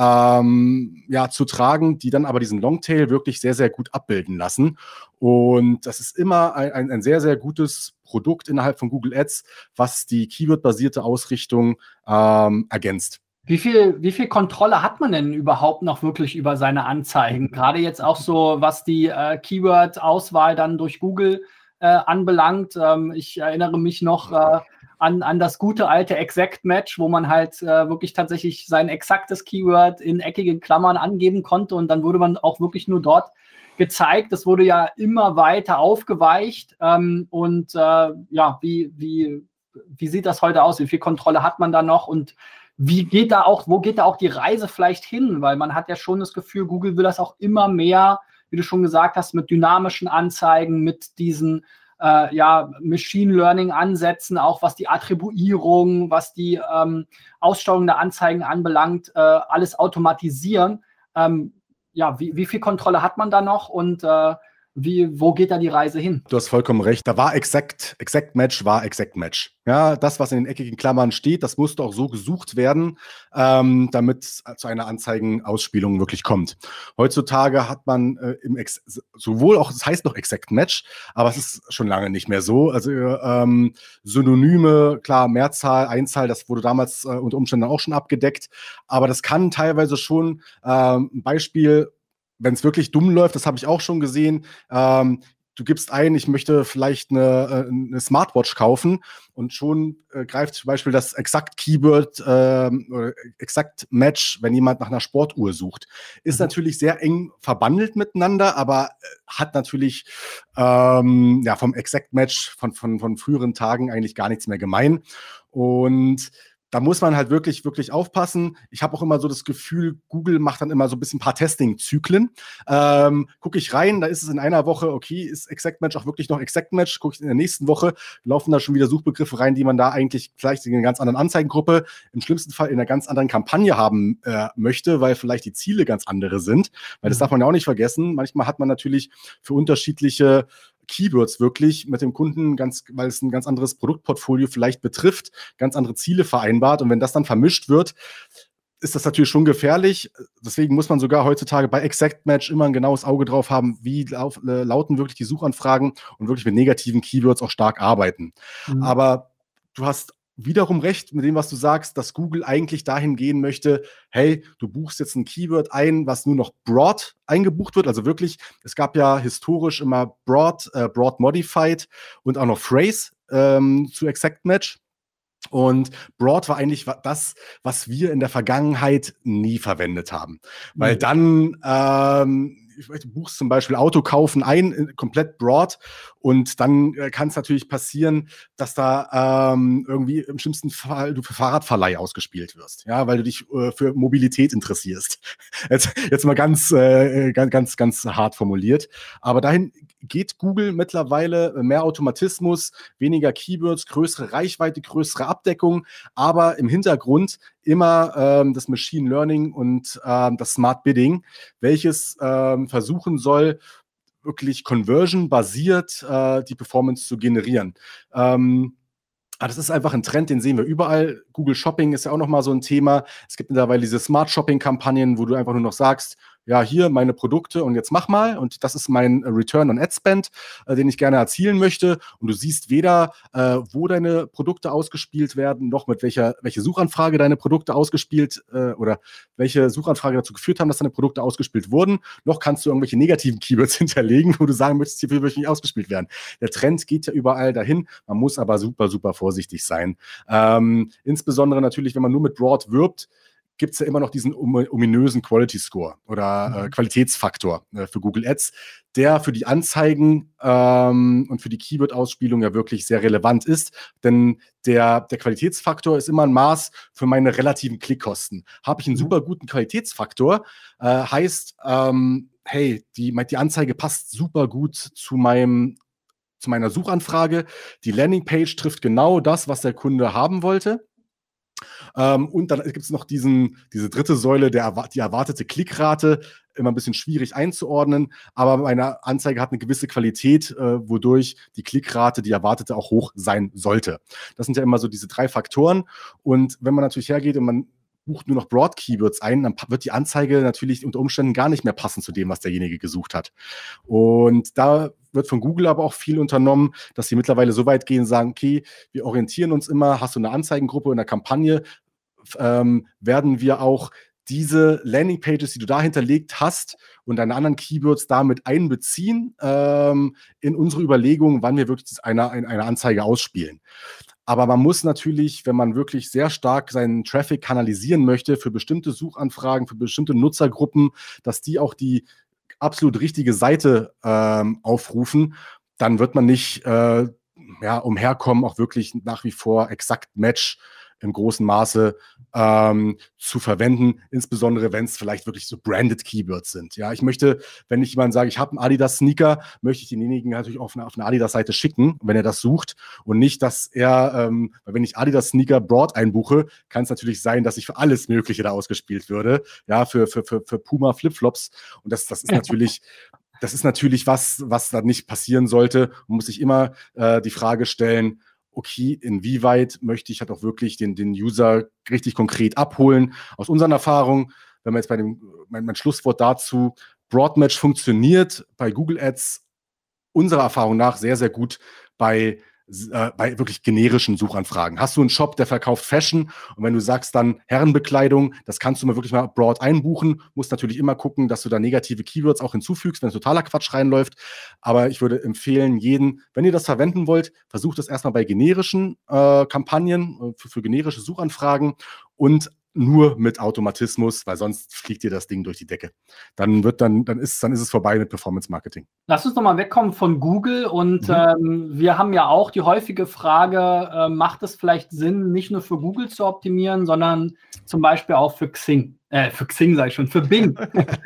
ähm, ja, zu tragen, die dann aber diesen Longtail wirklich sehr, sehr gut abbilden lassen. Und das ist immer ein, ein, ein sehr, sehr gutes Produkt innerhalb von Google Ads, was die Keyword-basierte Ausrichtung ähm, ergänzt. Wie viel, wie viel Kontrolle hat man denn überhaupt noch wirklich über seine Anzeigen? Gerade jetzt auch so, was die äh, Keyword-Auswahl dann durch Google äh, anbelangt. Ähm, ich erinnere mich noch äh, an, an das gute alte Exact Match, wo man halt äh, wirklich tatsächlich sein exaktes Keyword in eckigen Klammern angeben konnte, und dann wurde man auch wirklich nur dort gezeigt. Das wurde ja immer weiter aufgeweicht. Ähm, und äh, ja, wie, wie, wie sieht das heute aus? Wie viel Kontrolle hat man da noch? Und wie geht da auch, wo geht da auch die Reise vielleicht hin? Weil man hat ja schon das Gefühl, Google will das auch immer mehr, wie du schon gesagt hast, mit dynamischen Anzeigen, mit diesen äh, ja, Machine Learning Ansätzen, auch was die Attribuierung, was die ähm, Aussteuerung der Anzeigen anbelangt, äh, alles automatisieren. Ähm, ja, wie, wie viel Kontrolle hat man da noch und äh, wie, wo geht da die Reise hin? Du hast vollkommen recht. Da war Exact, Exact Match war Exact Match. Ja, das, was in den eckigen Klammern steht, das musste auch so gesucht werden, ähm, damit es zu einer Anzeigenausspielung wirklich kommt. Heutzutage hat man äh, im Ex sowohl auch, es das heißt noch Exact Match, aber es ist schon lange nicht mehr so. Also ähm, Synonyme, klar, Mehrzahl, Einzahl, das wurde damals äh, unter Umständen auch schon abgedeckt. Aber das kann teilweise schon ähm, ein Beispiel, wenn es wirklich dumm läuft, das habe ich auch schon gesehen, ähm, du gibst ein, ich möchte vielleicht eine, eine Smartwatch kaufen und schon äh, greift zum Beispiel das Exakt-Keyword äh, oder Exakt-Match, wenn jemand nach einer Sportuhr sucht. Ist mhm. natürlich sehr eng verbandelt miteinander, aber hat natürlich ähm, ja, vom Exakt-Match von, von, von früheren Tagen eigentlich gar nichts mehr gemein. Und da muss man halt wirklich, wirklich aufpassen. Ich habe auch immer so das Gefühl, Google macht dann immer so ein bisschen ein paar Testing-Zyklen. Ähm, Gucke ich rein, da ist es in einer Woche, okay, ist Exact Match auch wirklich noch Exact Match? Gucke ich in der nächsten Woche, laufen da schon wieder Suchbegriffe rein, die man da eigentlich vielleicht in einer ganz anderen Anzeigengruppe, im schlimmsten Fall in einer ganz anderen Kampagne haben äh, möchte, weil vielleicht die Ziele ganz andere sind. Weil das darf man ja auch nicht vergessen. Manchmal hat man natürlich für unterschiedliche Keywords wirklich mit dem Kunden, ganz, weil es ein ganz anderes Produktportfolio vielleicht betrifft, ganz andere Ziele vereinbart. Und wenn das dann vermischt wird, ist das natürlich schon gefährlich. Deswegen muss man sogar heutzutage bei Exact Match immer ein genaues Auge drauf haben, wie lauf, äh, lauten wirklich die Suchanfragen und wirklich mit negativen Keywords auch stark arbeiten. Mhm. Aber du hast wiederum recht mit dem, was du sagst, dass Google eigentlich dahin gehen möchte, hey, du buchst jetzt ein Keyword ein, was nur noch broad eingebucht wird, also wirklich, es gab ja historisch immer broad, äh, broad modified und auch noch phrase ähm, zu Exact Match. Und broad war eigentlich das, was wir in der Vergangenheit nie verwendet haben. Weil dann ähm, du buchst zum Beispiel Auto kaufen ein, komplett broad, und dann äh, kann es natürlich passieren, dass da ähm, irgendwie im schlimmsten Fall du für Fahrradverleih ausgespielt wirst, ja, weil du dich äh, für Mobilität interessierst. Jetzt, jetzt mal ganz, äh, ganz, ganz, ganz hart formuliert. Aber dahin geht Google mittlerweile, mehr Automatismus, weniger Keywords, größere Reichweite, größere Abdeckung, aber im Hintergrund immer ähm, das Machine Learning und ähm, das Smart Bidding, welches ähm, versuchen soll, wirklich conversion-basiert äh, die Performance zu generieren. Ähm, Aber das ist einfach ein Trend, den sehen wir überall. Google Shopping ist ja auch nochmal so ein Thema. Es gibt mittlerweile diese Smart Shopping-Kampagnen, wo du einfach nur noch sagst, ja, hier meine Produkte und jetzt mach mal. Und das ist mein Return on Ad Spend, äh, den ich gerne erzielen möchte. Und du siehst weder, äh, wo deine Produkte ausgespielt werden, noch mit welcher welche Suchanfrage deine Produkte ausgespielt äh, oder welche Suchanfrage dazu geführt haben, dass deine Produkte ausgespielt wurden. Noch kannst du irgendwelche negativen Keywords hinterlegen, wo du sagen möchtest, hierfür möchte ich nicht ausgespielt werden. Der Trend geht ja überall dahin. Man muss aber super, super vorsichtig sein. Ähm, insbesondere natürlich, wenn man nur mit Broad wirbt, gibt es ja immer noch diesen ominösen Quality Score oder äh, Qualitätsfaktor äh, für Google Ads, der für die Anzeigen ähm, und für die Keyword-Ausspielung ja wirklich sehr relevant ist. Denn der, der Qualitätsfaktor ist immer ein Maß für meine relativen Klickkosten. Habe ich einen super guten Qualitätsfaktor, äh, heißt, ähm, hey, die, die Anzeige passt super gut zu meinem zu meiner Suchanfrage. Die Landingpage trifft genau das, was der Kunde haben wollte. Ähm, und dann gibt es noch diesen, diese dritte Säule, der, die erwartete Klickrate, immer ein bisschen schwierig einzuordnen, aber meine Anzeige hat eine gewisse Qualität, äh, wodurch die Klickrate, die erwartete, auch hoch sein sollte. Das sind ja immer so diese drei Faktoren, und wenn man natürlich hergeht und man bucht nur noch Broad-Keywords ein, dann wird die Anzeige natürlich unter Umständen gar nicht mehr passen zu dem, was derjenige gesucht hat. Und da wird von Google aber auch viel unternommen, dass sie mittlerweile so weit gehen und sagen, okay, wir orientieren uns immer, hast du eine Anzeigengruppe in der Kampagne, ähm, werden wir auch diese Landingpages, die du da hinterlegt hast und deine anderen Keywords damit einbeziehen ähm, in unsere Überlegungen, wann wir wirklich eine, eine Anzeige ausspielen. Aber man muss natürlich, wenn man wirklich sehr stark seinen Traffic kanalisieren möchte für bestimmte Suchanfragen, für bestimmte Nutzergruppen, dass die auch die absolut richtige Seite ähm, aufrufen, dann wird man nicht äh, ja, umherkommen, auch wirklich nach wie vor exakt Match im großen Maße ähm, zu verwenden, insbesondere wenn es vielleicht wirklich so branded Keywords sind. Ja, ich möchte, wenn ich jemandem sage, ich habe einen Adidas-Sneaker, möchte ich denjenigen natürlich auf eine, auf eine Adidas-Seite schicken, wenn er das sucht und nicht, dass er, ähm, weil wenn ich Adidas-Sneaker Broad einbuche, kann es natürlich sein, dass ich für alles Mögliche da ausgespielt würde, ja, für, für, für, für Puma Flipflops und das, das ist natürlich Das ist natürlich was, was da nicht passieren sollte. Man muss sich immer äh, die Frage stellen, okay, inwieweit möchte ich halt auch wirklich den, den User richtig konkret abholen? Aus unseren Erfahrungen, wenn man jetzt bei dem, mein, mein Schlusswort dazu, Broadmatch funktioniert bei Google Ads unserer Erfahrung nach sehr, sehr gut bei äh, bei wirklich generischen Suchanfragen. Hast du einen Shop, der verkauft Fashion und wenn du sagst dann Herrenbekleidung, das kannst du mal wirklich mal broad einbuchen, musst natürlich immer gucken, dass du da negative Keywords auch hinzufügst, wenn totaler Quatsch reinläuft, aber ich würde empfehlen jeden, wenn ihr das verwenden wollt, versucht das erstmal bei generischen äh, Kampagnen, äh, für, für generische Suchanfragen und nur mit Automatismus, weil sonst fliegt dir das Ding durch die Decke. Dann wird dann, dann ist, dann ist es vorbei mit Performance Marketing. Lass uns nochmal wegkommen von Google und Mhm. ähm, wir haben ja auch die häufige Frage, äh, macht es vielleicht Sinn, nicht nur für Google zu optimieren, sondern zum Beispiel auch für Xing. Äh, für Xing sage ich schon, für Bing.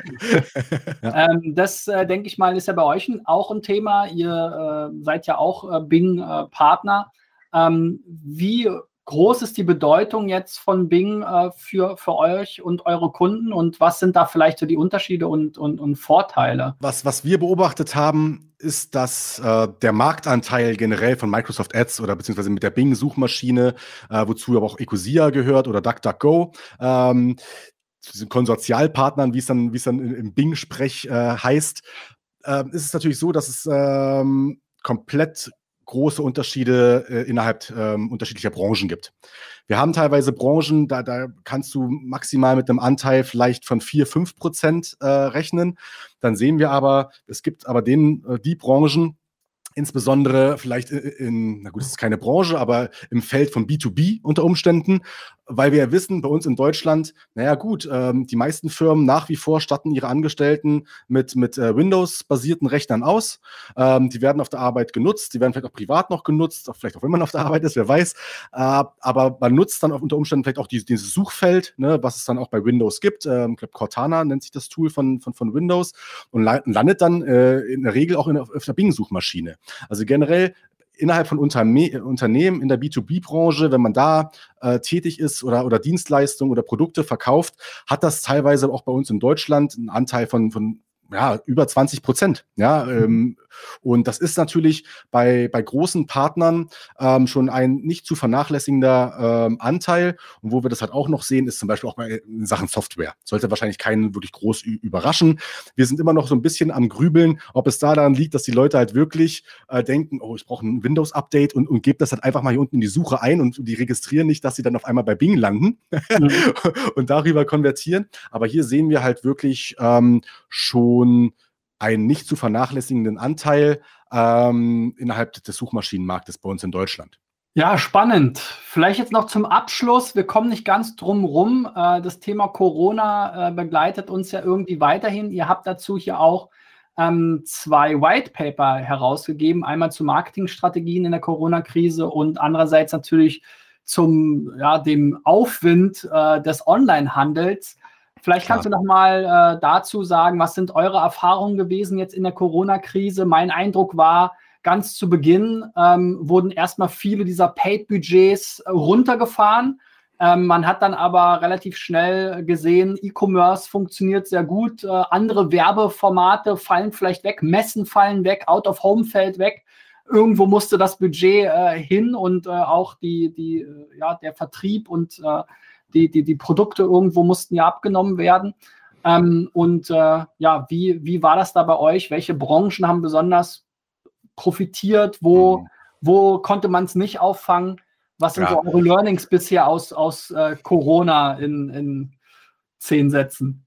Ja. ähm, das, äh, denke ich mal, ist ja bei euch ein, auch ein Thema. Ihr äh, seid ja auch äh, Bing-Partner. Ähm, wie groß ist die Bedeutung jetzt von Bing äh, für, für euch und eure Kunden und was sind da vielleicht so die Unterschiede und, und, und Vorteile? Was, was wir beobachtet haben, ist, dass äh, der Marktanteil generell von Microsoft Ads oder beziehungsweise mit der Bing-Suchmaschine, äh, wozu aber auch Ecosia gehört oder DuckDuckGo, ähm, zu diesen Konsortialpartnern, wie es dann, wie es dann im Bing-Sprech äh, heißt, äh, ist es natürlich so, dass es ähm, komplett große Unterschiede äh, innerhalb ähm, unterschiedlicher Branchen gibt. Wir haben teilweise Branchen, da, da kannst du maximal mit einem Anteil vielleicht von vier, fünf Prozent äh, rechnen. Dann sehen wir aber, es gibt aber den, äh, die Branchen, insbesondere vielleicht in, in, na gut, es ist keine Branche, aber im Feld von B zwei B unter Umständen, weil wir ja wissen, bei uns in Deutschland, naja gut, ähm, die meisten Firmen nach wie vor statten ihre Angestellten mit, mit äh, Windows-basierten Rechnern aus. Ähm, die werden auf der Arbeit genutzt, die werden vielleicht auch privat noch genutzt, auch vielleicht auch wenn man auf der Arbeit ist, wer weiß. Äh, aber man nutzt dann unter Umständen vielleicht auch die, dieses Suchfeld, ne, was es dann auch bei Windows gibt. Ähm, ich glaube, Cortana nennt sich das Tool von, von, von Windows und la- landet dann äh, in der Regel auch in, auf der Bing-Suchmaschine. Also generell innerhalb von Unterme- Unternehmen in der B zwei B-Branche, wenn man da äh, tätig ist oder, oder Dienstleistungen oder Produkte verkauft, hat das teilweise auch bei uns in Deutschland einen Anteil von, von ja, über zwanzig Prozent. Ja, ähm, und das ist natürlich bei, bei großen Partnern ähm, schon ein nicht zu vernachlässigender ähm, Anteil. Und wo wir das halt auch noch sehen, ist zum Beispiel auch bei in Sachen Software. Sollte wahrscheinlich keinen wirklich groß ü- überraschen. Wir sind immer noch so ein bisschen am Grübeln, ob es daran liegt, dass die Leute halt wirklich äh, denken, oh, ich brauche ein Windows-Update und, und gebe das halt einfach mal hier unten in die Suche ein und die registrieren nicht, dass sie dann auf einmal bei Bing landen Mhm. und darüber konvertieren. Aber hier sehen wir halt wirklich ähm, schon einen nicht zu vernachlässigenden Anteil ähm, innerhalb des Suchmaschinenmarktes bei uns in Deutschland. Ja, spannend. Vielleicht jetzt noch zum Abschluss. Wir kommen nicht ganz drum rum. Äh, das Thema Corona äh, begleitet uns ja irgendwie weiterhin. Ihr habt dazu hier auch ähm, zwei White Paper herausgegeben. Einmal zu Marketingstrategien in der Corona-Krise und andererseits natürlich zum ja, dem Aufwind äh, des Onlinehandels. Vielleicht Klar. kannst du noch mal äh, dazu sagen, was sind eure Erfahrungen gewesen jetzt in der Corona-Krise? Mein Eindruck war, ganz zu Beginn ähm, wurden erstmal viele dieser Paid-Budgets äh, runtergefahren. Ähm, man hat dann aber relativ schnell gesehen, E-Commerce funktioniert sehr gut, äh, andere Werbeformate fallen vielleicht weg, Messen fallen weg, Out-of-Home fällt weg. Irgendwo musste das Budget äh, hin und äh, auch die, die, äh, ja, der Vertrieb und äh, die, die, die Produkte irgendwo mussten ja abgenommen werden. Ähm, und äh, ja, wie, wie war das da bei euch? Welche Branchen haben besonders profitiert? Wo, Mhm. wo konnte man es nicht auffangen? Was sind Ja. so eure Learnings bisher aus, aus äh, Corona in, in zehn Sätzen?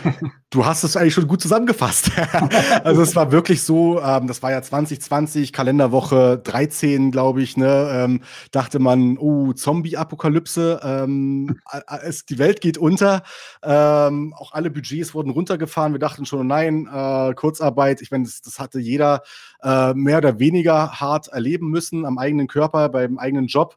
Du hast es eigentlich schon gut zusammengefasst. Also es war wirklich so, ähm, das war ja zwanzig zwanzig, Kalenderwoche dreizehn, glaube ich, ne, ähm, dachte man, oh, Zombie-Apokalypse, ähm, es, die Welt geht unter, ähm, auch alle Budgets wurden runtergefahren, wir dachten schon, oh nein, äh, Kurzarbeit, ich meine, das, das hatte jeder äh, mehr oder weniger hart erleben müssen, am eigenen Körper, beim eigenen Job.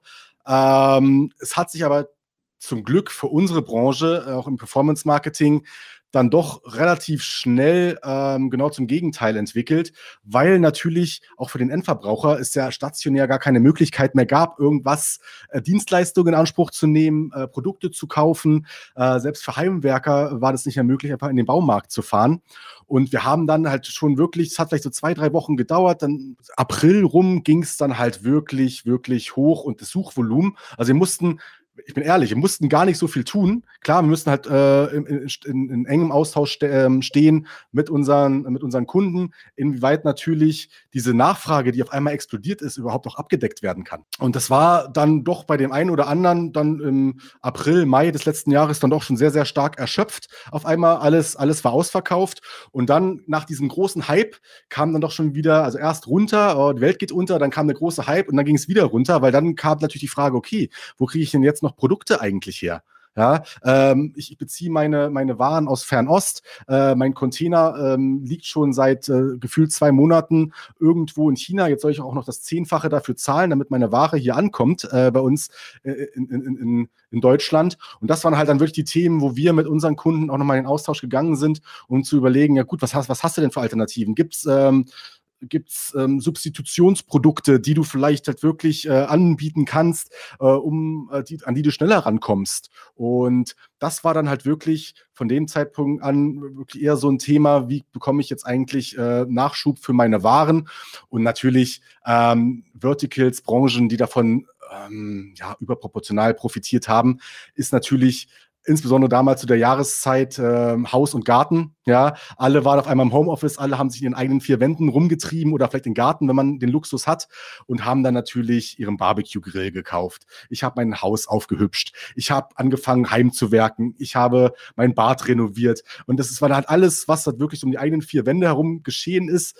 Ähm, es hat sich aber zum Glück für unsere Branche, auch im Performance-Marketing, dann doch relativ schnell ähm, genau zum Gegenteil entwickelt, weil natürlich auch für den Endverbraucher es ja stationär gar keine Möglichkeit mehr gab, irgendwas, äh, Dienstleistungen in Anspruch zu nehmen, äh, Produkte zu kaufen. Äh, selbst für Heimwerker war das nicht mehr möglich, einfach in den Baumarkt zu fahren. Und wir haben dann halt schon wirklich, es hat vielleicht so zwei, drei Wochen gedauert, dann April rum ging es dann halt wirklich, wirklich hoch und das Suchvolumen. Also wir mussten ich bin ehrlich, wir mussten gar nicht so viel tun. Klar, wir müssen halt äh, in, in, in engem Austausch ste äh, stehen mit unseren, mit unseren Kunden, inwieweit natürlich diese Nachfrage, die auf einmal explodiert ist, überhaupt auch abgedeckt werden kann. Und das war dann doch bei dem einen oder anderen dann im April, Mai des letzten Jahres dann doch schon sehr, sehr stark erschöpft. Auf einmal alles, alles war ausverkauft. Und dann nach diesem großen Hype kam dann doch schon wieder, also erst runter, oh, die Welt geht unter, dann kam der große Hype und dann ging es wieder runter, weil dann kam natürlich die Frage, okay, wo kriege ich denn jetzt noch Produkte eigentlich her? Ja, ähm, ich beziehe meine, meine Waren aus Fernost. Äh, mein Container ähm, liegt schon seit äh, gefühlt zwei Monaten irgendwo in China. Jetzt soll ich auch noch das Zehnfache dafür zahlen, damit meine Ware hier ankommt äh, bei uns äh, in, in, in, in Deutschland. Und das waren halt dann wirklich die Themen, wo wir mit unseren Kunden auch nochmal in den Austausch gegangen sind, um zu überlegen, ja gut, was hast, was hast du denn für Alternativen? Gibt's ähm, Gibt es ähm, Substitutionsprodukte, die du vielleicht halt wirklich äh, anbieten kannst, äh, um, äh, die, an die du schneller rankommst? Und das war dann halt wirklich von dem Zeitpunkt an wirklich eher so ein Thema, wie bekomme ich jetzt eigentlich äh, Nachschub für meine Waren? Und natürlich ähm, Verticals, Branchen, die davon ähm, ja, überproportional profitiert haben, ist natürlich insbesondere damals zu der Jahreszeit äh, Haus und Garten, ja, alle waren auf einmal im Homeoffice, alle haben sich in ihren eigenen vier Wänden rumgetrieben oder vielleicht den Garten, wenn man den Luxus hat, und haben dann natürlich ihren Barbecue-Grill gekauft. Ich habe mein Haus aufgehübscht, ich habe angefangen heimzuwerken, ich habe mein Bad renoviert und das war halt alles, was halt wirklich um die eigenen vier Wände herum geschehen ist,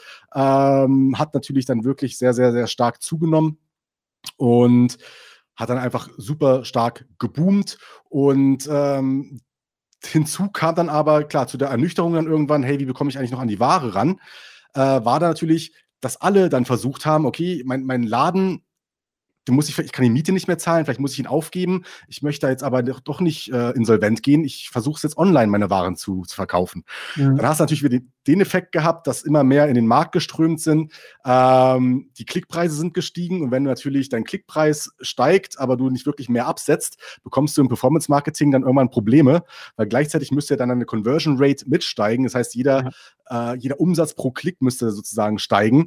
ähm, hat natürlich dann wirklich sehr, sehr, sehr stark zugenommen und hat dann einfach super stark geboomt und ähm, hinzu kam dann aber, klar, zu der Ernüchterung dann irgendwann, hey, wie bekomme ich eigentlich noch an die Ware ran, äh, war da natürlich, dass alle dann versucht haben, okay, mein, mein Laden, muss ich, ich kann die Miete nicht mehr zahlen, vielleicht muss ich ihn aufgeben, ich möchte da jetzt aber doch nicht äh, insolvent gehen, ich versuche es jetzt online, meine Waren zu, zu verkaufen. Mhm. Dann hast du natürlich wieder den, den Effekt gehabt, dass immer mehr in den Markt geströmt sind, ähm, die Klickpreise sind gestiegen und wenn natürlich dein Klickpreis steigt, aber du nicht wirklich mehr absetzt, bekommst du im Performance-Marketing dann irgendwann Probleme, weil gleichzeitig müsste ja dann eine Conversion Rate mitsteigen, das heißt, jeder, ja. äh, jeder Umsatz pro Klick müsste sozusagen steigen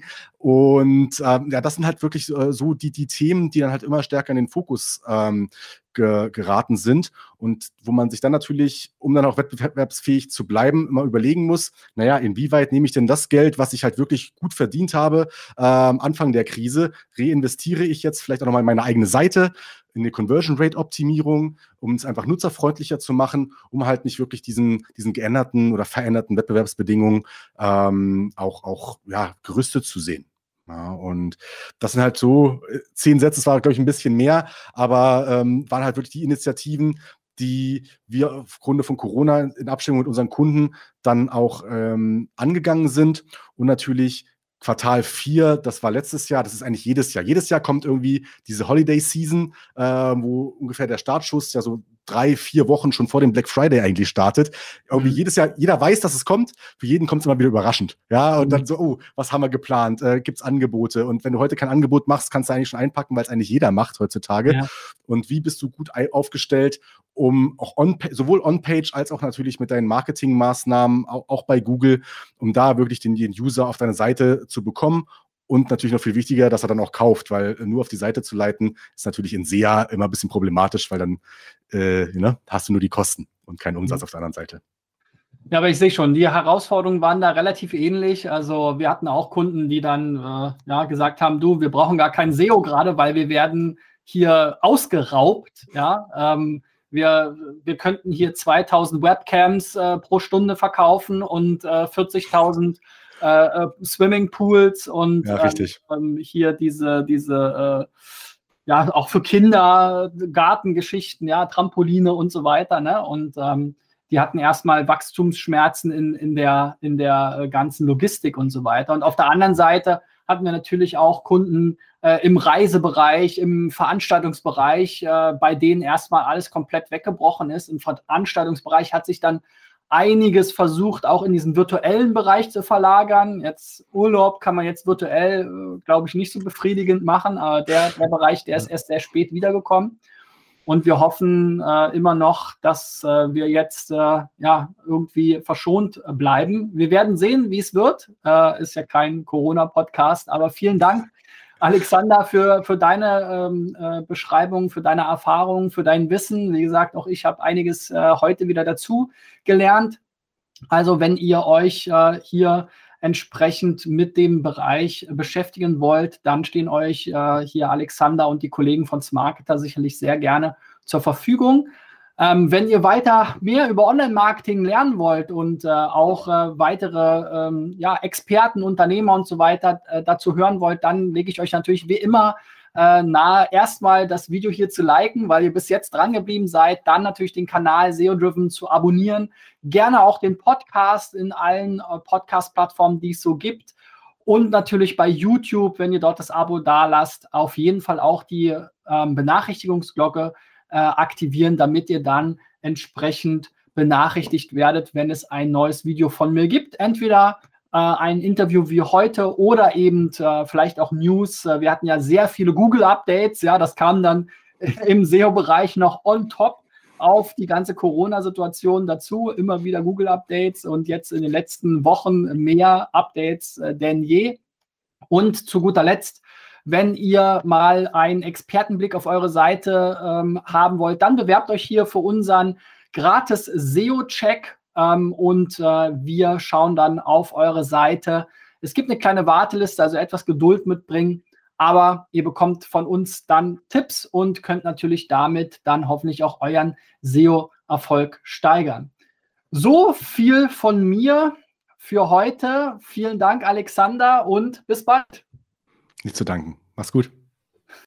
und ähm, ja, das sind halt wirklich äh, so die, die Themen, die dann halt immer stärker in den Fokus ähm, ge geraten sind und wo man sich dann natürlich, um dann auch wettbewerbsfähig zu bleiben, immer überlegen muss, naja, inwieweit nehme ich denn das Geld, was ich halt wirklich gut verdient habe, ähm, Anfang der Krise, reinvestiere ich jetzt vielleicht auch nochmal in meine eigene Seite, in eine Conversion Rate Optimierung, um es einfach nutzerfreundlicher zu machen, um halt nicht wirklich diesen, diesen geänderten oder veränderten Wettbewerbsbedingungen ähm, auch, auch ja, gerüstet zu sehen. Ja, und das sind halt so, zehn Sätze, das war, glaube ich, ein bisschen mehr, aber ähm, waren halt wirklich die Initiativen, die wir aufgrund von Corona in Abstimmung mit unseren Kunden dann auch ähm, angegangen sind. Und natürlich Quartal vier, das war letztes Jahr, das ist eigentlich jedes Jahr. Jedes Jahr kommt irgendwie diese Holiday-Season, äh, wo ungefähr der Startschuss ja so drei, vier Wochen schon vor dem Black Friday eigentlich startet. Irgendwie mhm. jedes Jahr, jeder weiß, dass es kommt, für jeden kommt es immer wieder überraschend. Ja, und mhm. dann so, oh, was haben wir geplant? Äh, Gibt es Angebote? Und wenn du heute kein Angebot machst, kannst du eigentlich schon einpacken, weil es eigentlich jeder macht heutzutage. Ja. Und wie bist du gut aufgestellt, um auch on, sowohl on-page als auch natürlich mit deinen Marketingmaßnahmen, auch, auch bei Google, um da wirklich den, den User auf deine Seite zu bekommen. Und natürlich noch viel wichtiger, dass er dann auch kauft, weil nur auf die Seite zu leiten, ist natürlich in S E A immer ein bisschen problematisch, weil dann äh, ne, hast du nur die Kosten und keinen Umsatz mhm. auf der anderen Seite. Ja, aber ich sehe schon, die Herausforderungen waren da relativ ähnlich. Also wir hatten auch Kunden, die dann äh, ja, gesagt haben, du, wir brauchen gar kein S E O gerade, weil wir werden hier ausgeraubt. Ja, ähm, wir, wir könnten hier zweitausend Webcams äh, pro Stunde verkaufen und äh, vierzigtausend äh, Swimmingpools und ja, richtig. ähm, hier diese, diese äh, ja, auch für Kinder, Gartengeschichten, ja, Trampoline und so weiter, ne? Und ähm, die hatten erstmal Wachstumsschmerzen in, in der, in der äh, ganzen Logistik und so weiter. Und auf der anderen Seite hatten wir natürlich auch Kunden äh, im Reisebereich, im Veranstaltungsbereich, äh, bei denen erstmal alles komplett weggebrochen ist. Im Veranstaltungsbereich hat sich dann einiges versucht, auch in diesen virtuellen Bereich zu verlagern. Jetzt Urlaub kann man jetzt virtuell, äh, glaube ich, nicht so befriedigend machen, aber der, der Bereich, der ist erst sehr spät wiedergekommen. Und wir hoffen äh, immer noch, dass äh, wir jetzt äh, ja, irgendwie verschont bleiben. Wir werden sehen, wie es wird. Äh, ist ja kein Corona-Podcast, aber vielen Dank, Alexander, für, für deine ähm, äh, Beschreibung, für deine Erfahrungen, für dein Wissen. Wie gesagt, auch ich habe einiges äh, heute wieder dazu gelernt. Also wenn ihr euch äh, hier entsprechend mit dem Bereich beschäftigen wollt, dann stehen euch äh, hier Alexander und die Kollegen von Smarketer sicherlich sehr gerne zur Verfügung. Ähm, wenn ihr weiter mehr über Online-Marketing lernen wollt und äh, auch äh, weitere ähm, ja, Experten, Unternehmer und so weiter äh, dazu hören wollt, dann lege ich euch natürlich wie immer äh, nahe, erstmal das Video hier zu liken, weil ihr bis jetzt dran geblieben seid, dann natürlich den Kanal S E O-Driven zu abonnieren, gerne auch den Podcast in allen äh, Podcast-Plattformen, die es so gibt und natürlich bei YouTube, wenn ihr dort das Abo da lasst, auf jeden Fall auch die ähm, Benachrichtigungsglocke äh, aktivieren, damit ihr dann entsprechend benachrichtigt werdet, wenn es ein neues Video von mir gibt. Entweder äh, ein Interview wie heute oder eben äh, vielleicht auch News. Äh, wir hatten ja sehr viele Google-Updates, ja, das kam dann im S E O-Bereich noch on top auf die ganze Corona-Situation dazu. Immer wieder Google-Updates und jetzt in den letzten Wochen mehr Updates äh, denn je. Und zu guter Letzt, wenn ihr mal einen Expertenblick auf eure Seite ähm, haben wollt, dann bewerbt euch hier für unseren gratis S E O-Check ähm, und äh, wir schauen dann auf eure Seite. Es gibt eine kleine Warteliste, also etwas Geduld mitbringen, aber ihr bekommt von uns dann Tipps und könnt natürlich damit dann hoffentlich auch euren S E O-Erfolg steigern. So viel von mir für heute. Vielen Dank, Alexander, und bis bald. Nicht zu danken. Mach's gut.